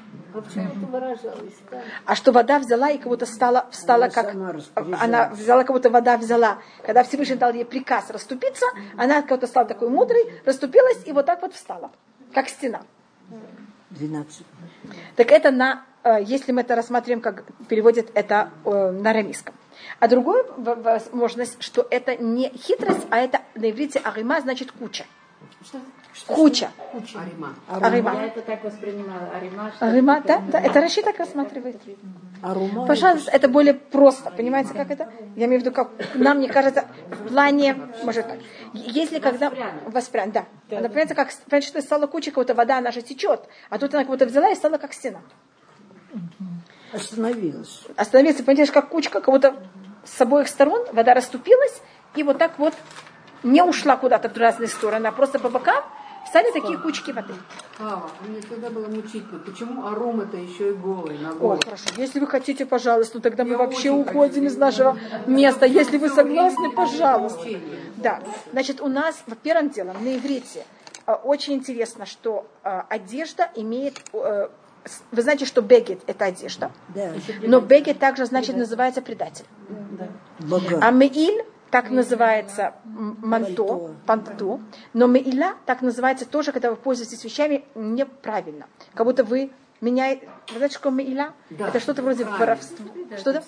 А что вода взяла и кого-то стала как... Она взяла, кого-то вода взяла. Когда Всевышний дал ей приказ расступиться, она кого-то стала такой мудрой, расступилась и вот так вот встала, как стена. 12. Так это если мы это рассматриваем, как переводит это на арамейском. А другая возможность, что это не хитрость, а это на иврите арима значит куча. Куча. Арима. Я это так воспринимала. Арима, да, это Раши так рассматривает. Арума. Пожалуйста, это более просто. Понимаете, как это? Я имею в виду, как нам, мне кажется, в плане, может так. Если когда... Воспрянь, да. Она, понимаете, как, понимаете, что стала куча, кого-то вода, она же течет. А тут она кого-то взяла и стала как стена. Остановилась. Остановилась, понимаете, как кучка, кого-то с обоих сторон вода расступилась, и вот так вот не ушла куда-то в разные стороны, а просто по бокам стали такие кучки воды. Мне всегда было мучительно. Почему арум это еще и голый, на О, голый? хорошо. Если вы хотите, пожалуйста, ну тогда мы Я вообще очень уходим хочу. из нашего места. Если вы согласны, пожалуйста. Мучение. Да. Значит, у нас, первым делом, на иврите очень интересно, что одежда имеет... Вы знаете, что бегет – это одежда. Да. Но бегет также, значит, называется предатель. Бога. А меиль так называется манто, панто, но меиля так называется тоже, когда вы пользуетесь вещами неправильно. Как будто вы меняете... Вы знаете, что меиля? Да. Это что-то вроде воровства. Что-то?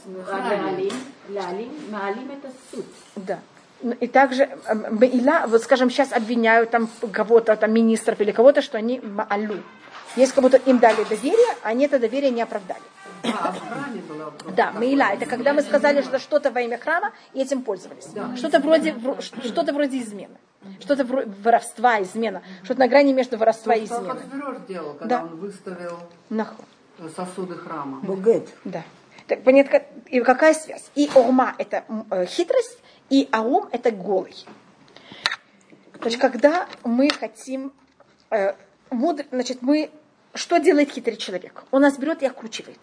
Маалим это суд. Да. И также меиля, вот скажем, сейчас обвиняют там кого-то, там министров или кого-то, что они маалю. Если кому-то им дали доверие, они это доверие не оправдали. В храме было. Да, мейла, это когда мы сказали, что что-то во имя храма, и этим пользовались. Да. Что-то вроде измены. Что-то воровства, измена. Что-то на грани между воровства и изменой. Что сделал, когда он выставил сосуды храма. Богет. Да. Так, понятно, и какая связь? И орма – это хитрость, и аум – это голый. Значит, когда мы хотим... значит, что делает хитрый человек? Он нас берет и окручивает.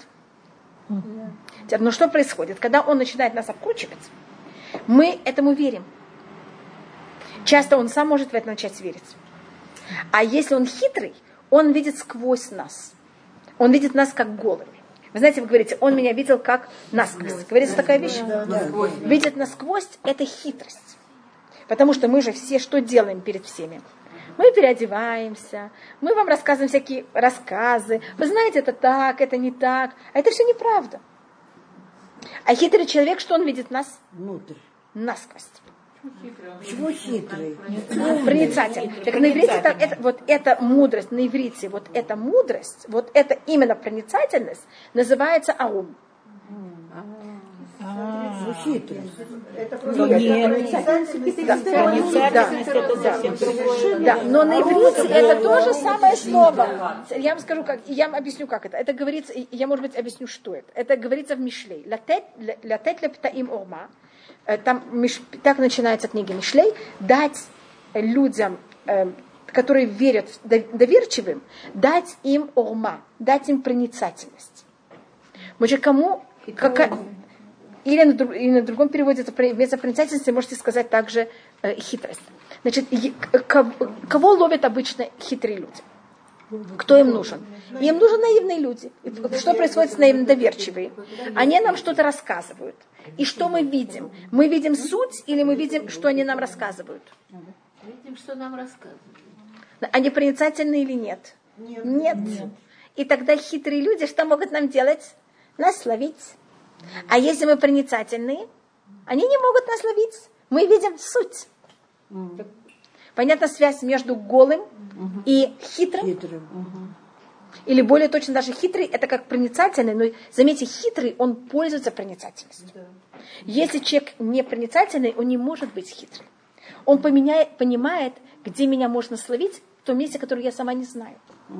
Но что происходит? Когда он начинает нас обкручивать, мы этому верим. Часто он сам может в это начать верить. А если он хитрый, он видит сквозь нас. Он видит нас как голыми. Вы знаете, вы говорите, он меня видел как насквозь. Говорится такая вещь? Да. Видит насквозь – это хитрость. Потому что мы же все что делаем перед всеми? Мы переодеваемся, мы вам рассказываем всякие рассказы. Вы знаете, это так, это не так. А это все неправда. А хитрый человек, что он видит нас? Внутрь. Насквозь. Почему хитрый? Проницатель. Так на иврите вот эта мудрость, на иврите вот эта мудрость, вот эта именно проницательность называется аум. Ну, хитрость. Это Ну, нет, Да, но на иврите это то же самое слово. Я вам скажу, я вам объясню, как это. Это говорится, я, может быть, объясню, что это. Это говорится в Мишлей. Латет лептаим орма. Там так начинается книга Мишлей. Дать людям, которые верят, доверчивым, дать им орма, дать им проницательность. Может, кому... Или на другом переводе вместо проницательности можете сказать также хитрость. Значит, кого ловят обычно хитрые люди? Кто им нужен? Им нужны наивные люди. И что происходит с наивно доверчивыми? Они нам что-то рассказывают. И что мы видим? Мы видим суть или мы видим, что они нам рассказывают? Видим, что нам рассказывают. Они проницательны или нет? Нет. И тогда хитрые люди что могут нам делать? Нас ловить. А если мы проницательные, они не могут нас ловить. Мы видим суть. Понятна связь между голым и хитрым? Или более точно даже хитрый, это как проницательный, но заметьте, хитрый, он пользуется проницательностью. Если человек не проницательный, он не может быть хитрым. Он понимает, где меня можно словить, в том месте, которое я сама не знаю.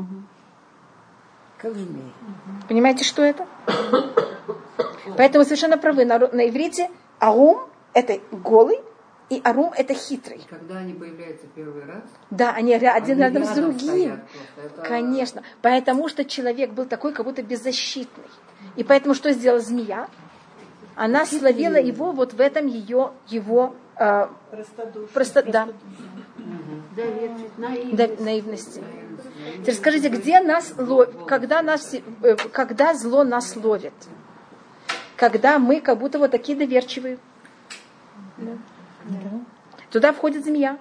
Как змеи. Понимаете, что это? Поэтому совершенно правы. На иврите арум – это голый, и арум – это хитрый. Когда они появляются первый раз? Да, они один рядом с другим. Это... Конечно. Потому что человек был такой, как будто беззащитный. И поэтому что сделала змея? Она словила его вот в этом его наивности. Теперь скажите, где нас когда зло нас ловит? Когда мы как будто вот такие доверчивые. Туда входит змея.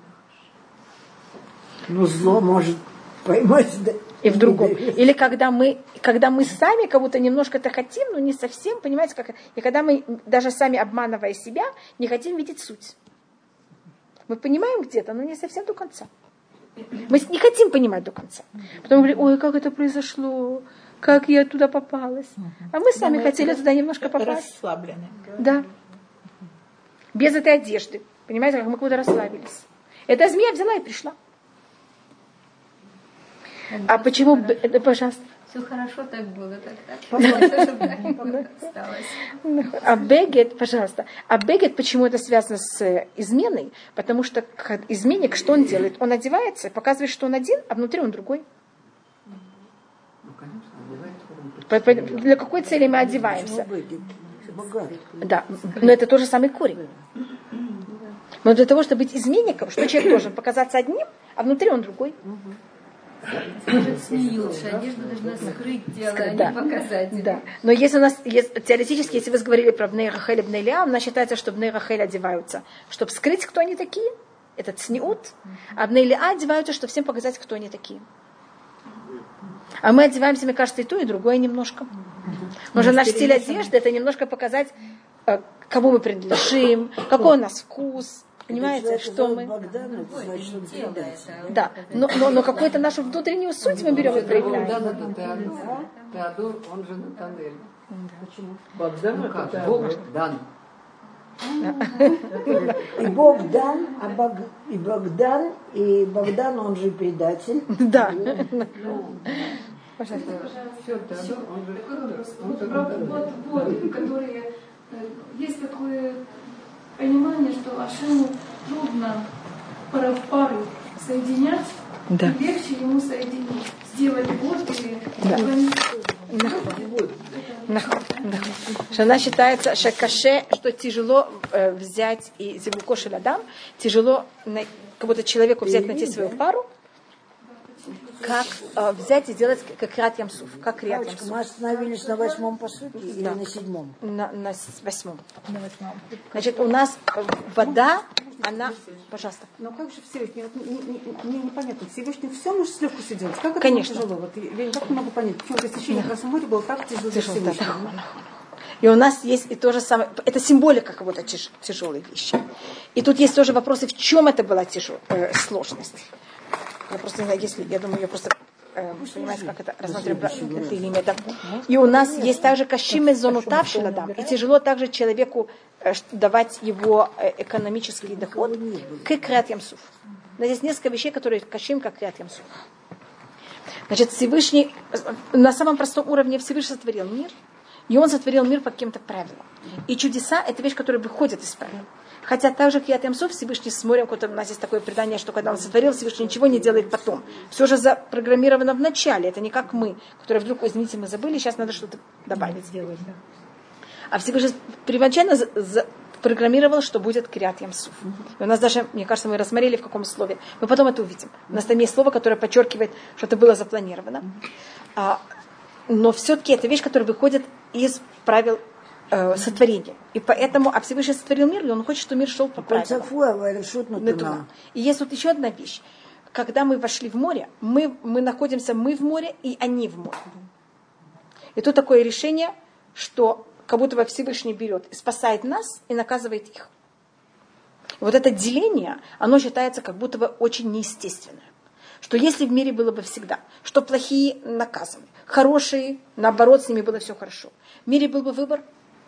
Но зло может поймать. И в другом. Или когда мы сами как будто немножко это хотим, но не совсем, понимаете, как. И когда мы, даже сами обманывая себя, не хотим видеть суть. Мы понимаем где-то, но не совсем до конца. Мы не хотим понимать до конца. Потом мы говорим, ой, как это произошло, как я туда попалась. А мы сами хотели туда немножко попасть. Расслаблены. Да. Без этой одежды. Понимаете, как мы куда расслабились. Эта змея взяла и пришла. А почему... Пожалуйста. Все хорошо так было, так. А бегет, пожалуйста. А бегет, почему это связано с изменой? Потому что изменник, что он делает? Он одевается, показывает, что он один, а внутри он другой. Для какой цели мы одеваемся? Да, но это тоже самый корень. Но для того, чтобы быть изменником, что человек должен показаться одним, а внутри он другой. Смеются, одежда должна скрыть дело, а не показать. Да. Но если у нас теоретически, если вы говорили про Бней Рахель и Бней Леа, у нас считается, что Бней Рахель одеваются, чтобы скрыть, кто они такие, это цниут, а Бней Леа одеваются, чтобы всем показать, кто они такие. А мы одеваемся, мне кажется, и то, и другое немножко. Потому что наш стиль одежды это немножко показать, кому мы принадлежим, какой у нас вкус. Понимаете, что мы... Да, но какую-то нашу внутреннюю суть мы берем и проявляем. Теодор, он же Натанель. Почему? Богдан это Богдан. И Богдан, и Богдан, он же предатель. Да. Все, такой вопрос. Вот, которые... Есть такое понимание, что Ашему трудно пара в пару соединять, да. И легче ему соединить. Сделать год или... Она считается, что тяжело взять и зевукошель адам, тяжело как будто человеку взять, найти свою пару, как взять и сделать как Криат Ямсуф. Как Криат Ямсуф. Мы остановились на 8-м посуке или на 7-м? На 8-м. Значит, у нас вода, она... Пожалуйста. Но как же Всевышний? Мне непонятно. Всевышний все может с легкостью делать. Как это конечно. Тяжело? Вот, я никак не могу понять, почему пресыщение Красного моря было так тяжело для Всевышнего. И у нас есть и то же самое, это символика какой-то тяжелой вещи. И тут есть тоже вопросы, в чем это была сложность. Я просто не знаю, если, я думаю, я просто понимаете, как это рассматриваем. И у нас есть также кашиме зонутав шеладам. И тяжело также человеку давать его экономический доход к криат ямсуф. Но здесь несколько вещей, которые кашим, как криат ямсуф. Значит, Всевышний, на самом простом уровне Всевышний сотворил мир, и он сотворил мир по каким-то правилам. И чудеса – это вещь, которая выходит из правил. Хотя так же криат ямсуф Всевышний с морем, у нас есть такое предание, что когда он сотворил, Всевышний ничего не делает потом. Все же запрограммировано в начале. Это не как мы, которые вдруг, извините, мы забыли, сейчас надо что-то добавить. А Всевышний первоначально программировал, что будет криат ямсуф. И у нас даже, мне кажется, мы рассмотрели, в каком слове. Мы потом это увидим. У нас там есть слово, которое подчеркивает, что это было запланировано. Но все-таки это вещь, которая выходит из правил сотворения. И поэтому Всевышний сотворил мир, и он хочет, чтобы мир шел по правилам. И есть вот еще одна вещь. Когда мы вошли в море, мы находимся в море, и они в море. И тут такое решение, что как будто бы Всевышний берет и спасает нас, и наказывает их. И вот это деление, оно считается как будто бы очень неестественное. Что если в мире было бы всегда, что плохие наказаны, хорошие, наоборот, с ними было все хорошо. В мире был бы выбор?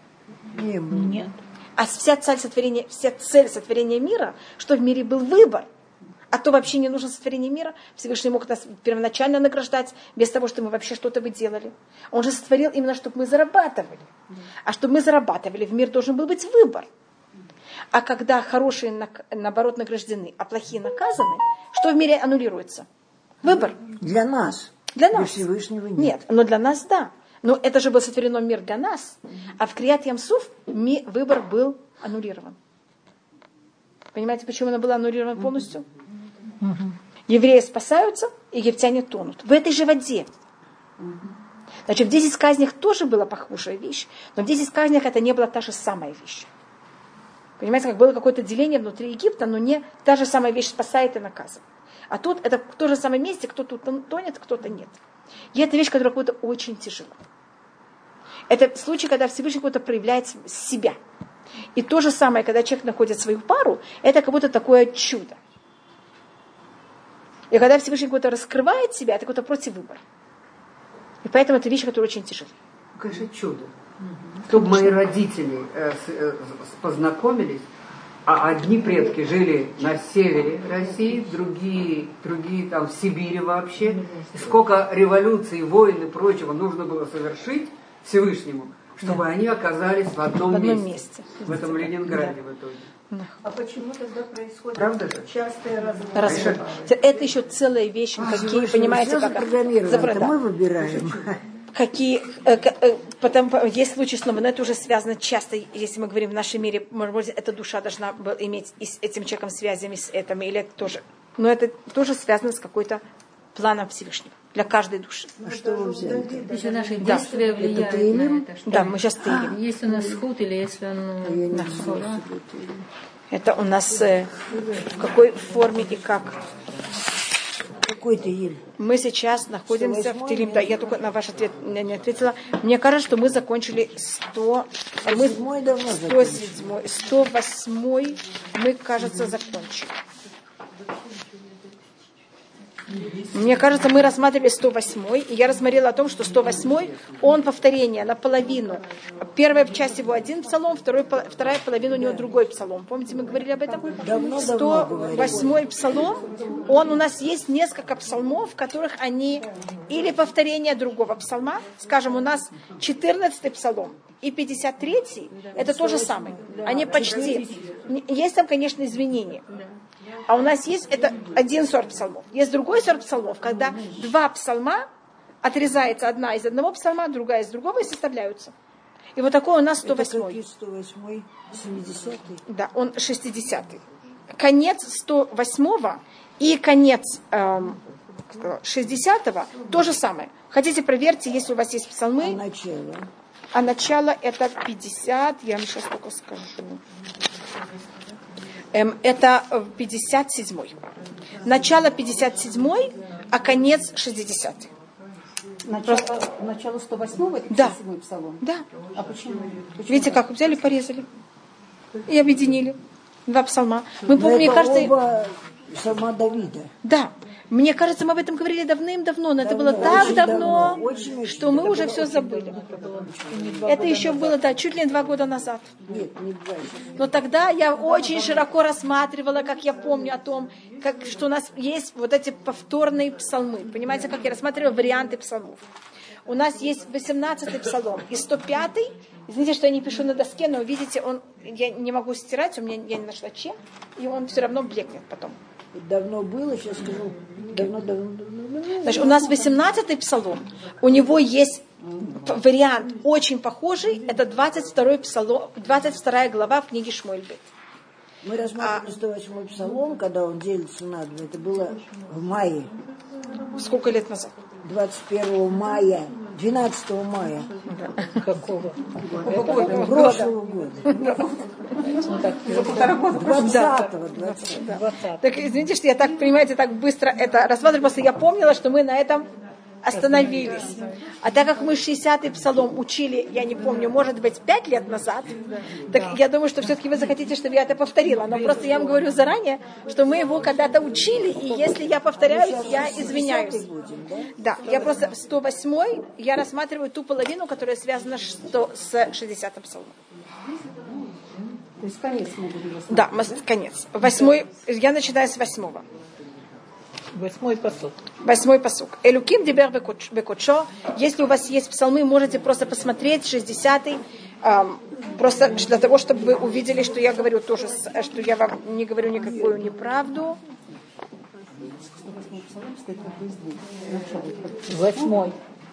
Нет. А вся цель сотворения мира, что в мире был выбор. А то вообще не нужно сотворение мира. Всевышний мог нас первоначально награждать, без того, что мы вообще что-то бы делали. Он же сотворил именно, чтобы мы зарабатывали. А чтобы мы зарабатывали, в мир должен был быть выбор. А когда хорошие, наоборот, награждены, а плохие наказаны, что в мире аннулируется? Выбор. Для нас. Для нас. Для Всевышнего нет. Нет, но для нас да. Но это же был сотворено мир для нас. А в криат ямсуф выбор был аннулирован. Понимаете, почему он был аннулирован полностью? Евреи спасаются, египтяне тонут. В этой же воде. Значит, в 10 казнях тоже была похожая вещь, но в 10 казнях это не была та же самая вещь. Понимаете, как было какое-то деление внутри Египта, но не та же самая вещь спасает и наказывает. А тут это в том же самом месте, кто-то тонет, кто-то нет. И это вещь, которая какой-то очень тяжела. Это случай, когда Всевышний какой-то проявляет себя. И то же самое, когда человек находит свою пару, это как будто такое чудо. И когда Всевышний какой-то раскрывает себя, это какой-то против выбора. И поэтому это вещь, которая очень тяжелая. Конечно, чудо. Чтобы мои родители познакомились, а одни предки жили на севере России, другие там в Сибири вообще. И сколько революций, войн и прочего нужно было совершить Всевышнему, чтобы они оказались в одном месте. В этом Ленинграде в итоге. А почему тогда происходит частые разные? Это еще целая вещь, какие, понимаете, как мы выбираем. Потом есть случаи снова, но это уже связано часто, если мы говорим в нашем мире, может быть, эта душа должна была иметь и с этим человеком связями, с этим, или это тоже. Но это тоже связано с какой-то планом Всевышнего для каждой души. А что вы взяли? Еще наши действия влияют на это. Что да, мы сейчас тылим. Если у нас худ или если он... Это у нас в какой форме и как? Какой Тилим? Мы сейчас находимся в Тилим. Да, я только на ваш ответ не ответила. Мне кажется, что мы закончили 107, 108 мы, кажется, закончили. Мне кажется, мы рассматривали 108, и я рассмотрела о том, что 108, он повторение наполовину. Первая часть его один псалом, вторая половина у него другой псалом. Помните, мы говорили об этом? 108 псалом, он у нас есть несколько псалмов, в которых они или повторение другого псалма, скажем, у нас 14 псалом и 53, это то же самое. Они почти. Есть там, конечно, извинения. А у нас есть это один сорт псалмов. Есть другой сорт псалмов, когда два псалма, отрезается одна из одного псалма, другая из другого и составляются. И вот такой у нас 108. Это 108, 70-й? Да, он 60-й. Конец 108 и конец 60-го то же самое. Хотите, проверьте, если у вас есть псалмы. А начало? А начало это 50, я вам сейчас только скажу. Это 57-й. Начало 57-й, а конец 60-й. Начало 108-го, это 57-й псалом? Да. А почему? Видите, как взяли, порезали и объединили два псалма. Мы помним, мне кажется, оба псалма Давида. Да. Мне кажется, мы об этом говорили давным-давно, но это было так давно, очень что мы уже все забыли. Это еще было, да, чуть ли не 2 года назад. Нет, не 2. Но тогда я очень широко рассматривала, как я помню о том, что у нас есть вот эти повторные псалмы. Понимаете, как я рассматривала варианты псалмов. У нас есть 18-й псалом и 105-й. Извините, что я не пишу на доске, но видите, я не могу стирать, я не нашла чем, и он все равно блекнет потом. Давно было, сейчас скажу. Давно. Значит, у нас 18-й псалом, у него есть вариант очень похожий, это 22-й псалом, 22 глава в книге Шмуэль Бет. Мы рассматривали 108-й псалом, когда он делится на 2. Это было в мае. Сколько лет назад? 21 мая, 12 мая. Какого? Прошлого года. 20-го. Так, извините, что я так, понимаете, так быстро это рассматриваю, просто я помнила, что мы на этом остановились. А так как мы 60-й псалом учили, я не помню, может быть, 5 лет назад, так я думаю, что все-таки вы захотите, чтобы я это повторила. Но просто я вам говорю заранее, что мы его когда-то учили, и если я повторяюсь, я извиняюсь. Да, я просто 108-й, я рассматриваю ту половину, которая связана с 60-м псалмом. То есть конец мы будем рассматривать. Да, конец. 8-й, я начинаю с 8-го. 8-й пасук. 8-й пасук. Элуким дибер бекодшо. Если у вас есть псалмы, можете просто посмотреть 60-й. Просто для того, чтобы вы увидели, что я говорю тоже, что я вам не говорю никакую неправду. 8-й.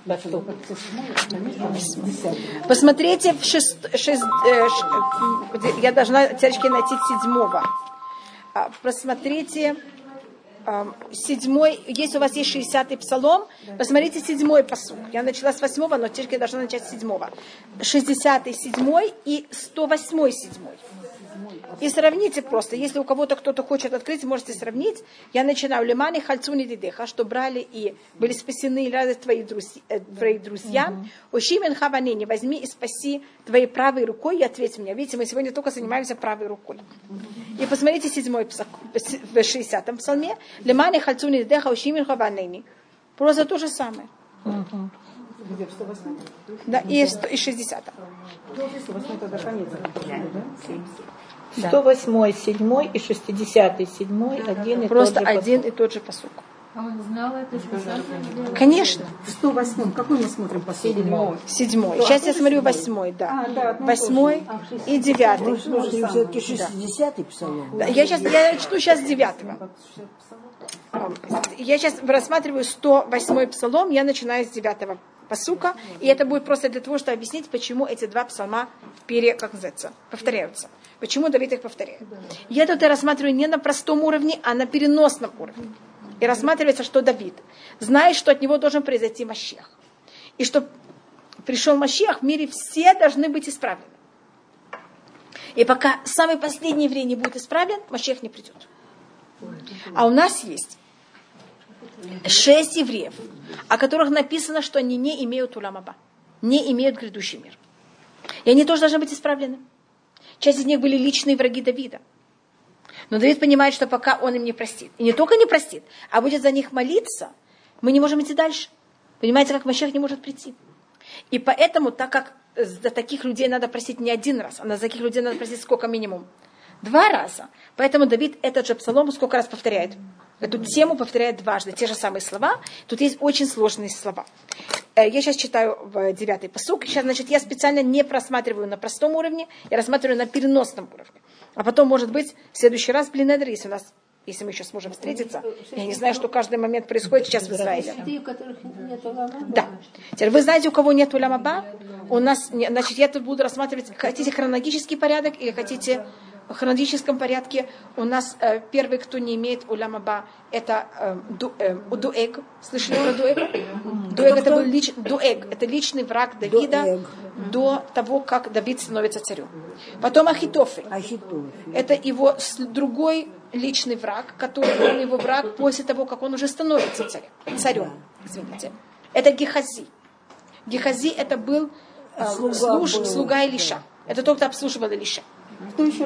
Посмотрите, я должна теоретически найти 7-го. Посмотрите 7-й, если у вас есть 60-й псалом, посмотрите 7-й пасук. Я начала с 8-го, но теперь я должна начать с 7-го. 60-й 7-й и 108-й 7-й. И сравните просто, если у кого-то кто-то хочет открыть, можете сравнить. Я начинаю лимани хальцуни дидеха, что брали и были спасены рады твои друзья. Ушимен хаванини, возьми и спаси твоей правой рукой и ответь мне. Видите, мы сегодня только занимаемся правой рукой. И посмотрите 7-й в 60-м псалме. Лимани хальцуни дидеха, ушимен хаванини. Просто то же самое. Где, в 108? Да, и 60-м. 108 тогда конец. 108, 7 и 60, 7, один и просто тот же один пасук. и тот же пасук. А он знал это специально? Конечно. В 108, какой мы смотрим по 7? 7. Сейчас я смотрю 8, да. 8 и 9. Мы смотрим все-таки 60-й псалом. Да, я чту сейчас 9-го. Я сейчас рассматриваю 108-й псалом, я начинаю с 9-го пасука, и это будет просто для того, чтобы объяснить, почему эти два псалма повторяются. Почему Давид их повторяет. Я тут рассматриваю не на простом уровне, а на переносном уровне. И рассматривается, что Давид знает, что от него должен произойти Машиах. И что пришел Машиах, в мире все должны быть исправлены. И пока самый последний еврей не будет исправлен, Машиах не придет. А у нас есть 6 евреев, о которых написано, что они не имеют улам аба, не имеют грядущий мир. И они тоже должны быть исправлены. Часть из них были личные враги Давида. Но Давид понимает, что пока он им не простит, и не только не простит, а будет за них молиться, мы не можем идти дальше. Понимаете, как Машиах не может прийти. И поэтому, так как за таких людей надо простить не один раз, а за таких людей надо простить сколько минимум? 2 раза. Поэтому Давид этот же псалом сколько раз повторяет? Эту тему повторяет дважды, те же самые слова. Тут есть очень сложные слова. Я сейчас читаю в 9-й пасук. Сейчас, значит, я специально не просматриваю на простом уровне, я рассматриваю на переносном уровне. А потом, может быть, в следующий раз, если мы еще сможем встретиться. Я не знаю, что каждый момент происходит сейчас в Израиле. У которых нет улам аба. Да. Теперь вы знаете, у кого нет улам аба? У нас, значит, я тут буду рассматривать, хотите хронологический порядок или хотите в хронологическом порядке. У нас первый, кто не имеет улам аба, это Дуэг. Слышали про Дуэга? Дуэг это был это личный враг Давида до того, как Давид становится царем. Потом Ахитофель. Это его другой личный враг, который был его враг после того, как он уже становится царем. Извините. Это Гехази. Гехази это был слуга Илиша. Это тот, кто обслуживал Илиша. Кто еще раз?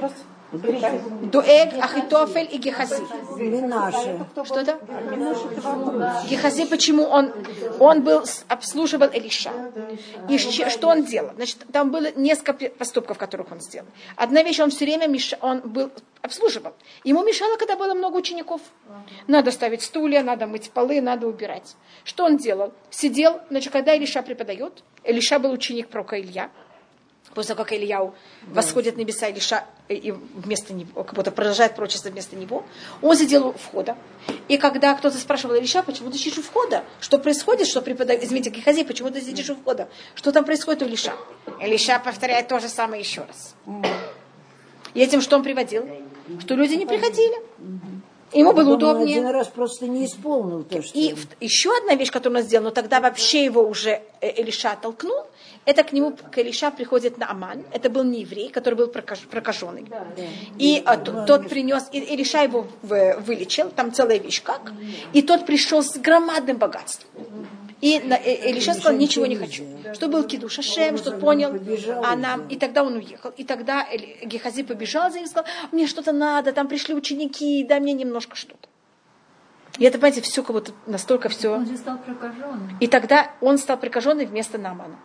Дуэг, Ахитофель и Гехази. Минаше. Что-то? Гехази, почему он обслуживал Элиша? И что он делал? Значит, там было несколько поступков, которых он сделал. Одна вещь, он все время обслуживал. Ему мешало, когда было много учеников. Надо ставить стулья, надо мыть полы, надо убирать. Что он делал? Сидел, значит, когда Элиша преподает, Элиша был ученик пророка Илья. После того, как Ильяу восходит на небеса, Илиша и вместо него, как будто продолжает пророчество вместо него, он сидел у входа. И когда кто-то спрашивал Илиша, почему ты сидишь у входа? Что происходит? Что преподает? Извините, Гехази, почему ты сидишь у входа? Что там происходит у Илиша? Илиша повторяет то же самое еще раз. И этим что он приводил? Что люди не приходили. Ему было удобнее. Один раз просто не исполнил то, что... И еще одна вещь, которую он сделал, но тогда вообще его уже Элиша оттолкнул, это к нему, к Элиша приходит Нааман, это был не еврей, который был прокаженный. И тот принес, и Элиша его вылечил, там целая вещь как, и тот пришел с громадным богатством. И Элиша сказал, ничего не хочу. Что был кидуш Ашем, что понял, и тогда он уехал. И тогда Гехази побежал за ним и сказал, мне что-то надо, там пришли ученики, дай мне немножко что-то. И это, понимаете, все как будто настолько все... Он же стал прокаженным. И тогда он стал прокаженный вместо Наамана.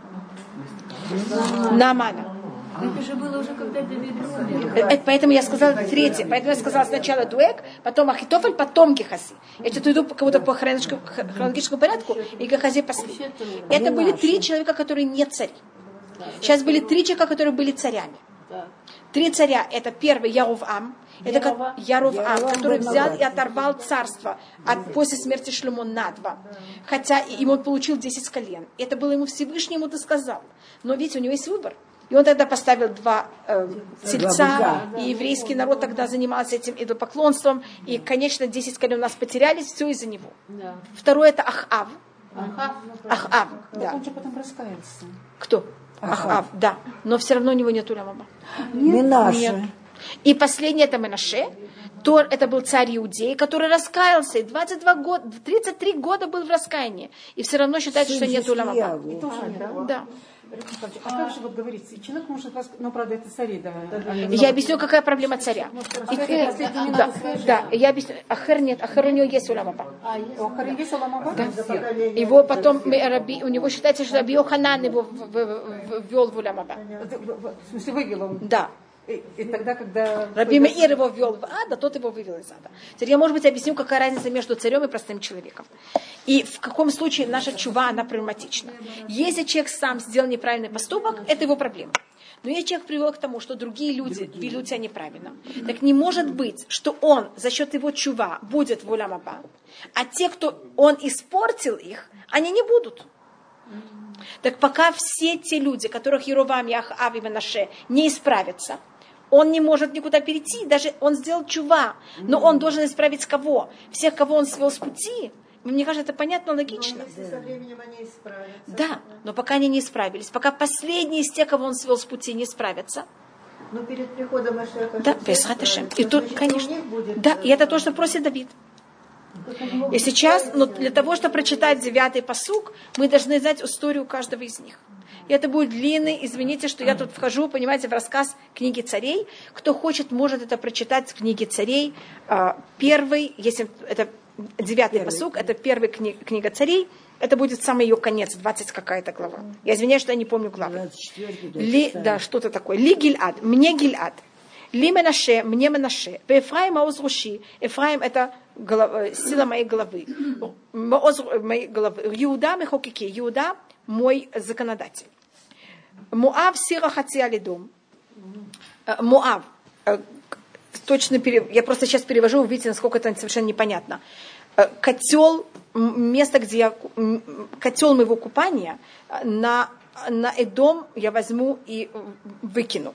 Наамана. Это же было уже, когда Давид умер. Поэтому я сказала третье. Поэтому я сказала сначала Дуэг, потом Ахитофель, потом Гехази. Я что-то иду как будто по хронологическому порядку, и Гехази последний. Это были 3 человека, которые не цари. Сейчас были 3 человека, которые были царями. 3 царя. Это первый Яровам. Это Яровам, который взял и оторвал царство после смерти Шломо на 2. Хотя ему получил 10 колен. Это было ему Всевышний, ему досказал. Но видите, у него есть выбор. И он тогда поставил 2 тельца, и еврейский народ тогда занимался этим идолопоклонством, и, конечно, 10 колен у нас потерялись, все из-за него. Второе это Ахав. Ахав, да. Он же потом раскаялся. Кто? Ахав, да. Но все равно у него нет Улямаба. Минаше. И последний это Менаше. Это был царь Иудеи, который раскаялся, и 33 года был в раскаянии. И все равно считается, что нет Улямаба. Да. А как же вот говорится, человек может ну, правда, это цари, да. Я объясню, какая проблема царя. Да, я объясню. Ахер нет, Ахер у него есть Улямаба. У Ахера есть Улямаба? Да. Его потом, у него считается, что Раби Йоханан его ввел в Улямаба. В смысле, вывел он? Да. И тогда, когда... Раби Меир его ввел в ад, а тот его вывел из ада. Теперь я, может быть, объясню, какая разница между царем и простым человеком. И в каком случае наша чува, она проблематична. Если человек сам сделал неправильный поступок, это его проблема. Но если человек привел к тому, что другие люди ведут себя неправильно, так не может быть, что он за счет его чува будет в Улямаба, а те, кто он испортил их, они не будут. Так пока все те люди, которых Яровам, Ахав и Менаше не исправятся, он не может никуда перейти, даже он сделал чува, но он должен исправить кого? Всех, кого он свел с пути. Мне кажется, это понятно, логично. Но если со временем они исправятся. Да, но пока они не исправились, пока последние из тех, кого он свел с пути, не справятся. Но перед приходом Машеха... Да, Бесрат Ашем. И тут, конечно, да, и это то, что просит Давид. И сейчас, но для того, чтобы прочитать 9-й пасук, мы должны знать историю каждого из них. И это будет длинный, извините, что я тут вхожу, понимаете, в рассказ книги царей. Кто хочет, может это прочитать в книге царей. Первый, если это 9-й пасук, это первая книга царей. Это будет самый ее конец, 20 какая-то глава. Я извиняюсь, что я не помню главы. Да, что-то такое. Ли Гильад, мне Гильад. Ли Менаше, мне Менаше. Ефраим ауз руши. Ефраим это сила моей головы. Моей головы. Иуда мехокики. Иуда мой законодатель. Моав сира хаци алидом. Моав. Точно я просто сейчас перевожу, вы видите, насколько это совершенно непонятно. Котел, место, где котел моего купания, на Эдом я возьму и выкину.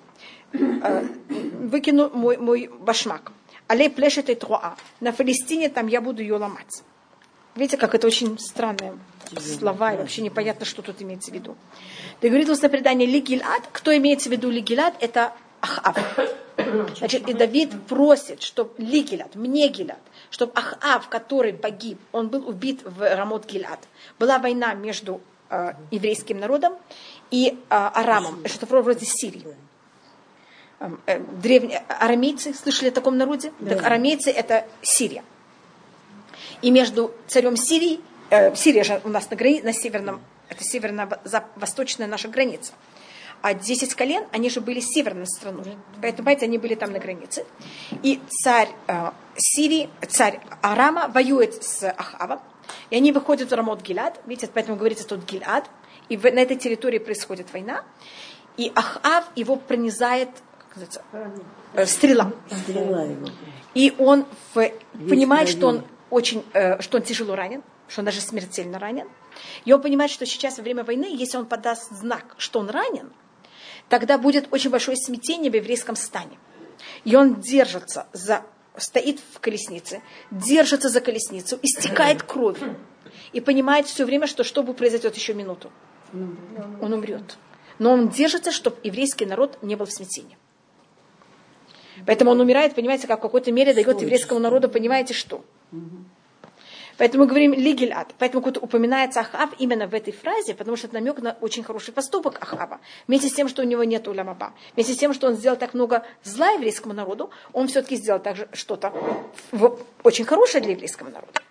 Выкину мой башмак. Алей плешет и троа. На Палестине там я буду ее ломать. Видите, как это очень странные слова, и вообще непонятно, что тут имеется в виду. Да говорит устное предание Ли Гильад. Кто имеется в виду Ли Гильад, это Ахав. Значит, и Давид просит, чтобы Ли Гильад, мне Гильад, чтобы Ахав, который погиб, он был убит в Рамот Гильад. Была война между еврейским народом и Арамом, что-то вроде Сирии. древние арамейцы, слышали о таком народе? Да. Так арамейцы это Сирия. И между царем Сирии, Сирия же у нас на северном, это северно-восточная наша граница. А 10 колен, они же были северной страной. Поэтому, понимаете, они были там на границе. И царь Сирии, царь Арама воюет с Ахавом. И они выходят в Рамот-Гилад. Видите, поэтому говорится тут Гилад. И на этой территории происходит война. И Ахав его пронизает, как называется, стрела. И он понимает, что он очень, что он тяжело ранен, что он даже смертельно ранен. И он понимает, что сейчас во время войны, если он подаст знак, что он ранен, тогда будет очень большое смятение в еврейском стане. И он стоит в колеснице, держится за колесницу, истекает кровью. И понимает все время, что бы произойдет еще минуту. Он умрет. Но он держится, чтобы еврейский народ не был в смятении. Поэтому он умирает, понимаете, как в какой-то мере дает еврейскому народу, понимаете, что. Поэтому мы говорим «ли-гилад». Поэтому упоминается Ахав именно в этой фразе, потому что это намек на очень хороший поступок Ахава. Вместе с тем, что у него нет улам аба. Вместе с тем, что он сделал так много зла еврейскому народу, он все-таки сделал также что-то очень хорошее для еврейского народа.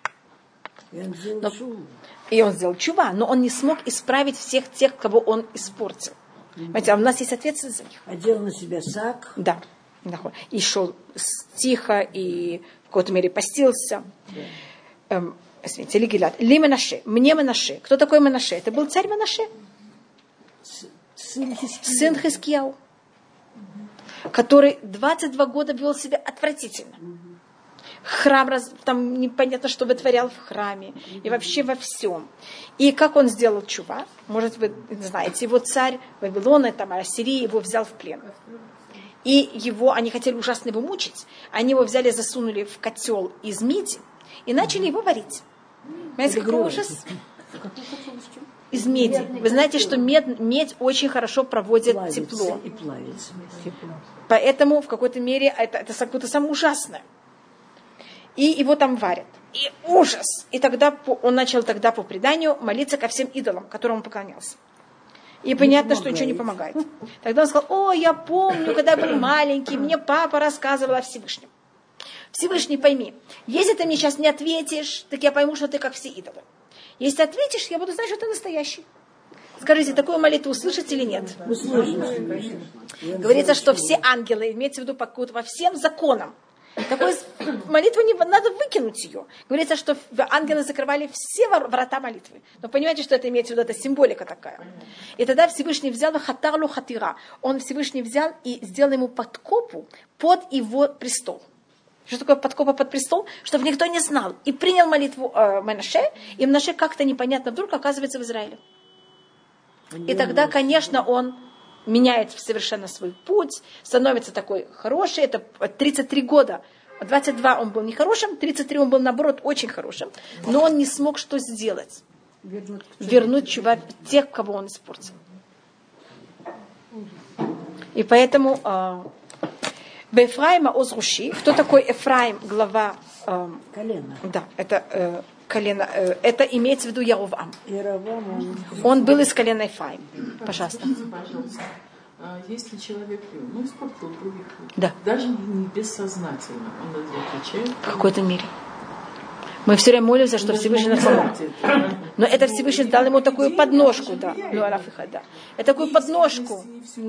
И он сделал чува, но он не смог исправить всех тех, кого он испортил. Понимаете, а у нас есть ответственность за них. Одел на себя сак. Да. И шел тихо, и в какой-то мере постился. Извините, Ли-Гилад. Ли Менаше. Мне Менаше. Кто такой Менаше? Это был царь Менаше. Сын Хискияу. Который 22 года вел себя отвратительно. Храм, там непонятно, что вытворял в храме. И вообще во всем. И как он сделал чува? Может, вы знаете, его царь Вавилона, там, Ассирии, его взял в плен. И они хотели ужасно его мучить. Они его взяли, засунули в котел из меди и начали его варить. Понимаете, какой ужас? Из меди. Вы знаете, что медь очень хорошо проводит тепло. И плавится. Поэтому в какой-то мере это какое-то самое ужасное. И его там варят. И ужас. И тогда он начал по преданию молиться ко всем идолам, которым он поклонялся. И понятно, что ничего не помогает. Тогда он сказал: я помню, когда я был маленький, мне папа рассказывал о Всевышнем. Всевышний, пойми, если ты мне сейчас не ответишь, так я пойму, что ты как все идолы. Если ответишь, я буду знать, что ты настоящий. Скажите, такую молитву услышите или нет? Услышите. Говорится, что все ангелы, имеется в виду по всем законам. Такую молитву надо выкинуть ее. Говорится, что ангелы закрывали все врата молитвы. Но понимаете, что это имеется в виду, это символика такая. И тогда Всевышний взял хатарлу хатира. Он Всевышний взял и сделал ему подкопу под его престол. Что такое подкопа под престол? Чтобы никто не знал. И принял молитву Менаше, и Менаше как-то непонятно вдруг оказывается в Израиле. И тогда, конечно, он меняет совершенно свой путь, становится такой хороший. Это 33 года. 22 он был нехорошим, 33 он был, наоборот, очень хорошим. Но он не смог что сделать? Вернуть чува тех, кого он испортил. И поэтому... Бефраима озруши. Кто такой Эфраим, глава... колено. Да, это колено. Это имеется в виду Яровам. Он был из колена Эфраим. Пожалуйста. Если человек испортил других людей, да. Даже не бессознательно, он отвечает. В какой-то мере. Мы все время молимся, что Всевышний нас помог. Но это Всевышний дал ему такую подножку, да. Это такую подножку.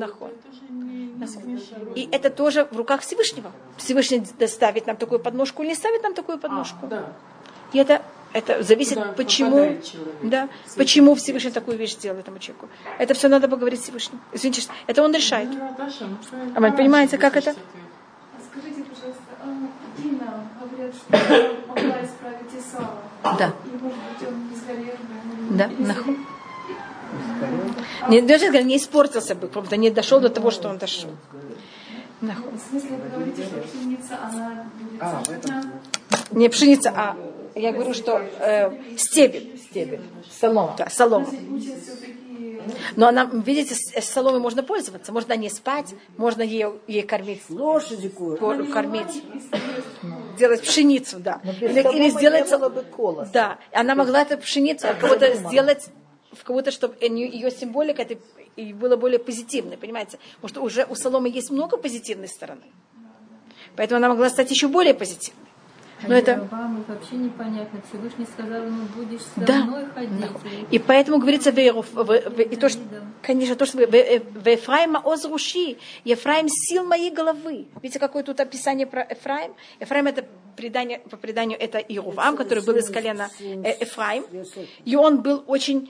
И это тоже в руках Всевышнего. Всевышний ставит нам такую подножку или не ставит нам такую подножку. И это зависит, почему, почему Всевышний такую вещь делал этому человеку. Это все надо поговорить с Всевышним. Извините, это он решает. А вы понимаете, как это? Скажите, пожалуйста, Дина говорят, что могла исправить Исава. Да. И, может быть, он не сгорел бы. Да, нахуй. Не испортился бы, просто не дошел до того, что он дошел. В смысле, вы говорите, что пшеница, она будет... Не пшеница, а я говорю, что стебель. Солома. Да, солома. Но она, видите, с соломой можно пользоваться. Можно не спать, можно ей кормить. Лошади кормить. Делать пшеницу, да. Или сделать... бы колос. Да, она могла эту пшеницу кого-то сделать в кого-то, чтобы ее символика это и была более позитивной, понимаете? Потому что уже у соломы есть много позитивной стороны. Поэтому она могла стать еще более позитивной. Но это вообще непонятно. Всевышний сказал ему, будешь со мной ходить. И поэтому говорится, и то, что, конечно, то, что в Ефраима озруши, Ефраим сил моей головы. Видите, какое тут описание про Ефраим? Ефраим это по преданию это Иерувам, который был из колена Ефраим. И он был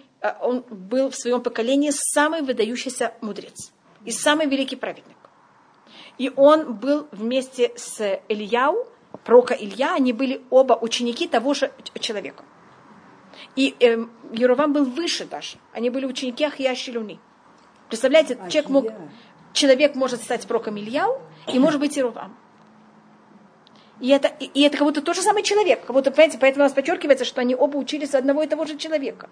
в своем поколении самый выдающийся мудрец и самый великий праведник. И он был вместе с Ильяу, пророка Илья, они были оба ученики того же человека. И Иеровам был выше даже. Они были ученики Ахия Шилуни. Представляете, человек может стать пророком Ильяу, и может быть Иеровам. И это как будто тот же самый человек. Как будто, понимаете, поэтому у нас подчеркивается, что они оба учились у одного и того же человека.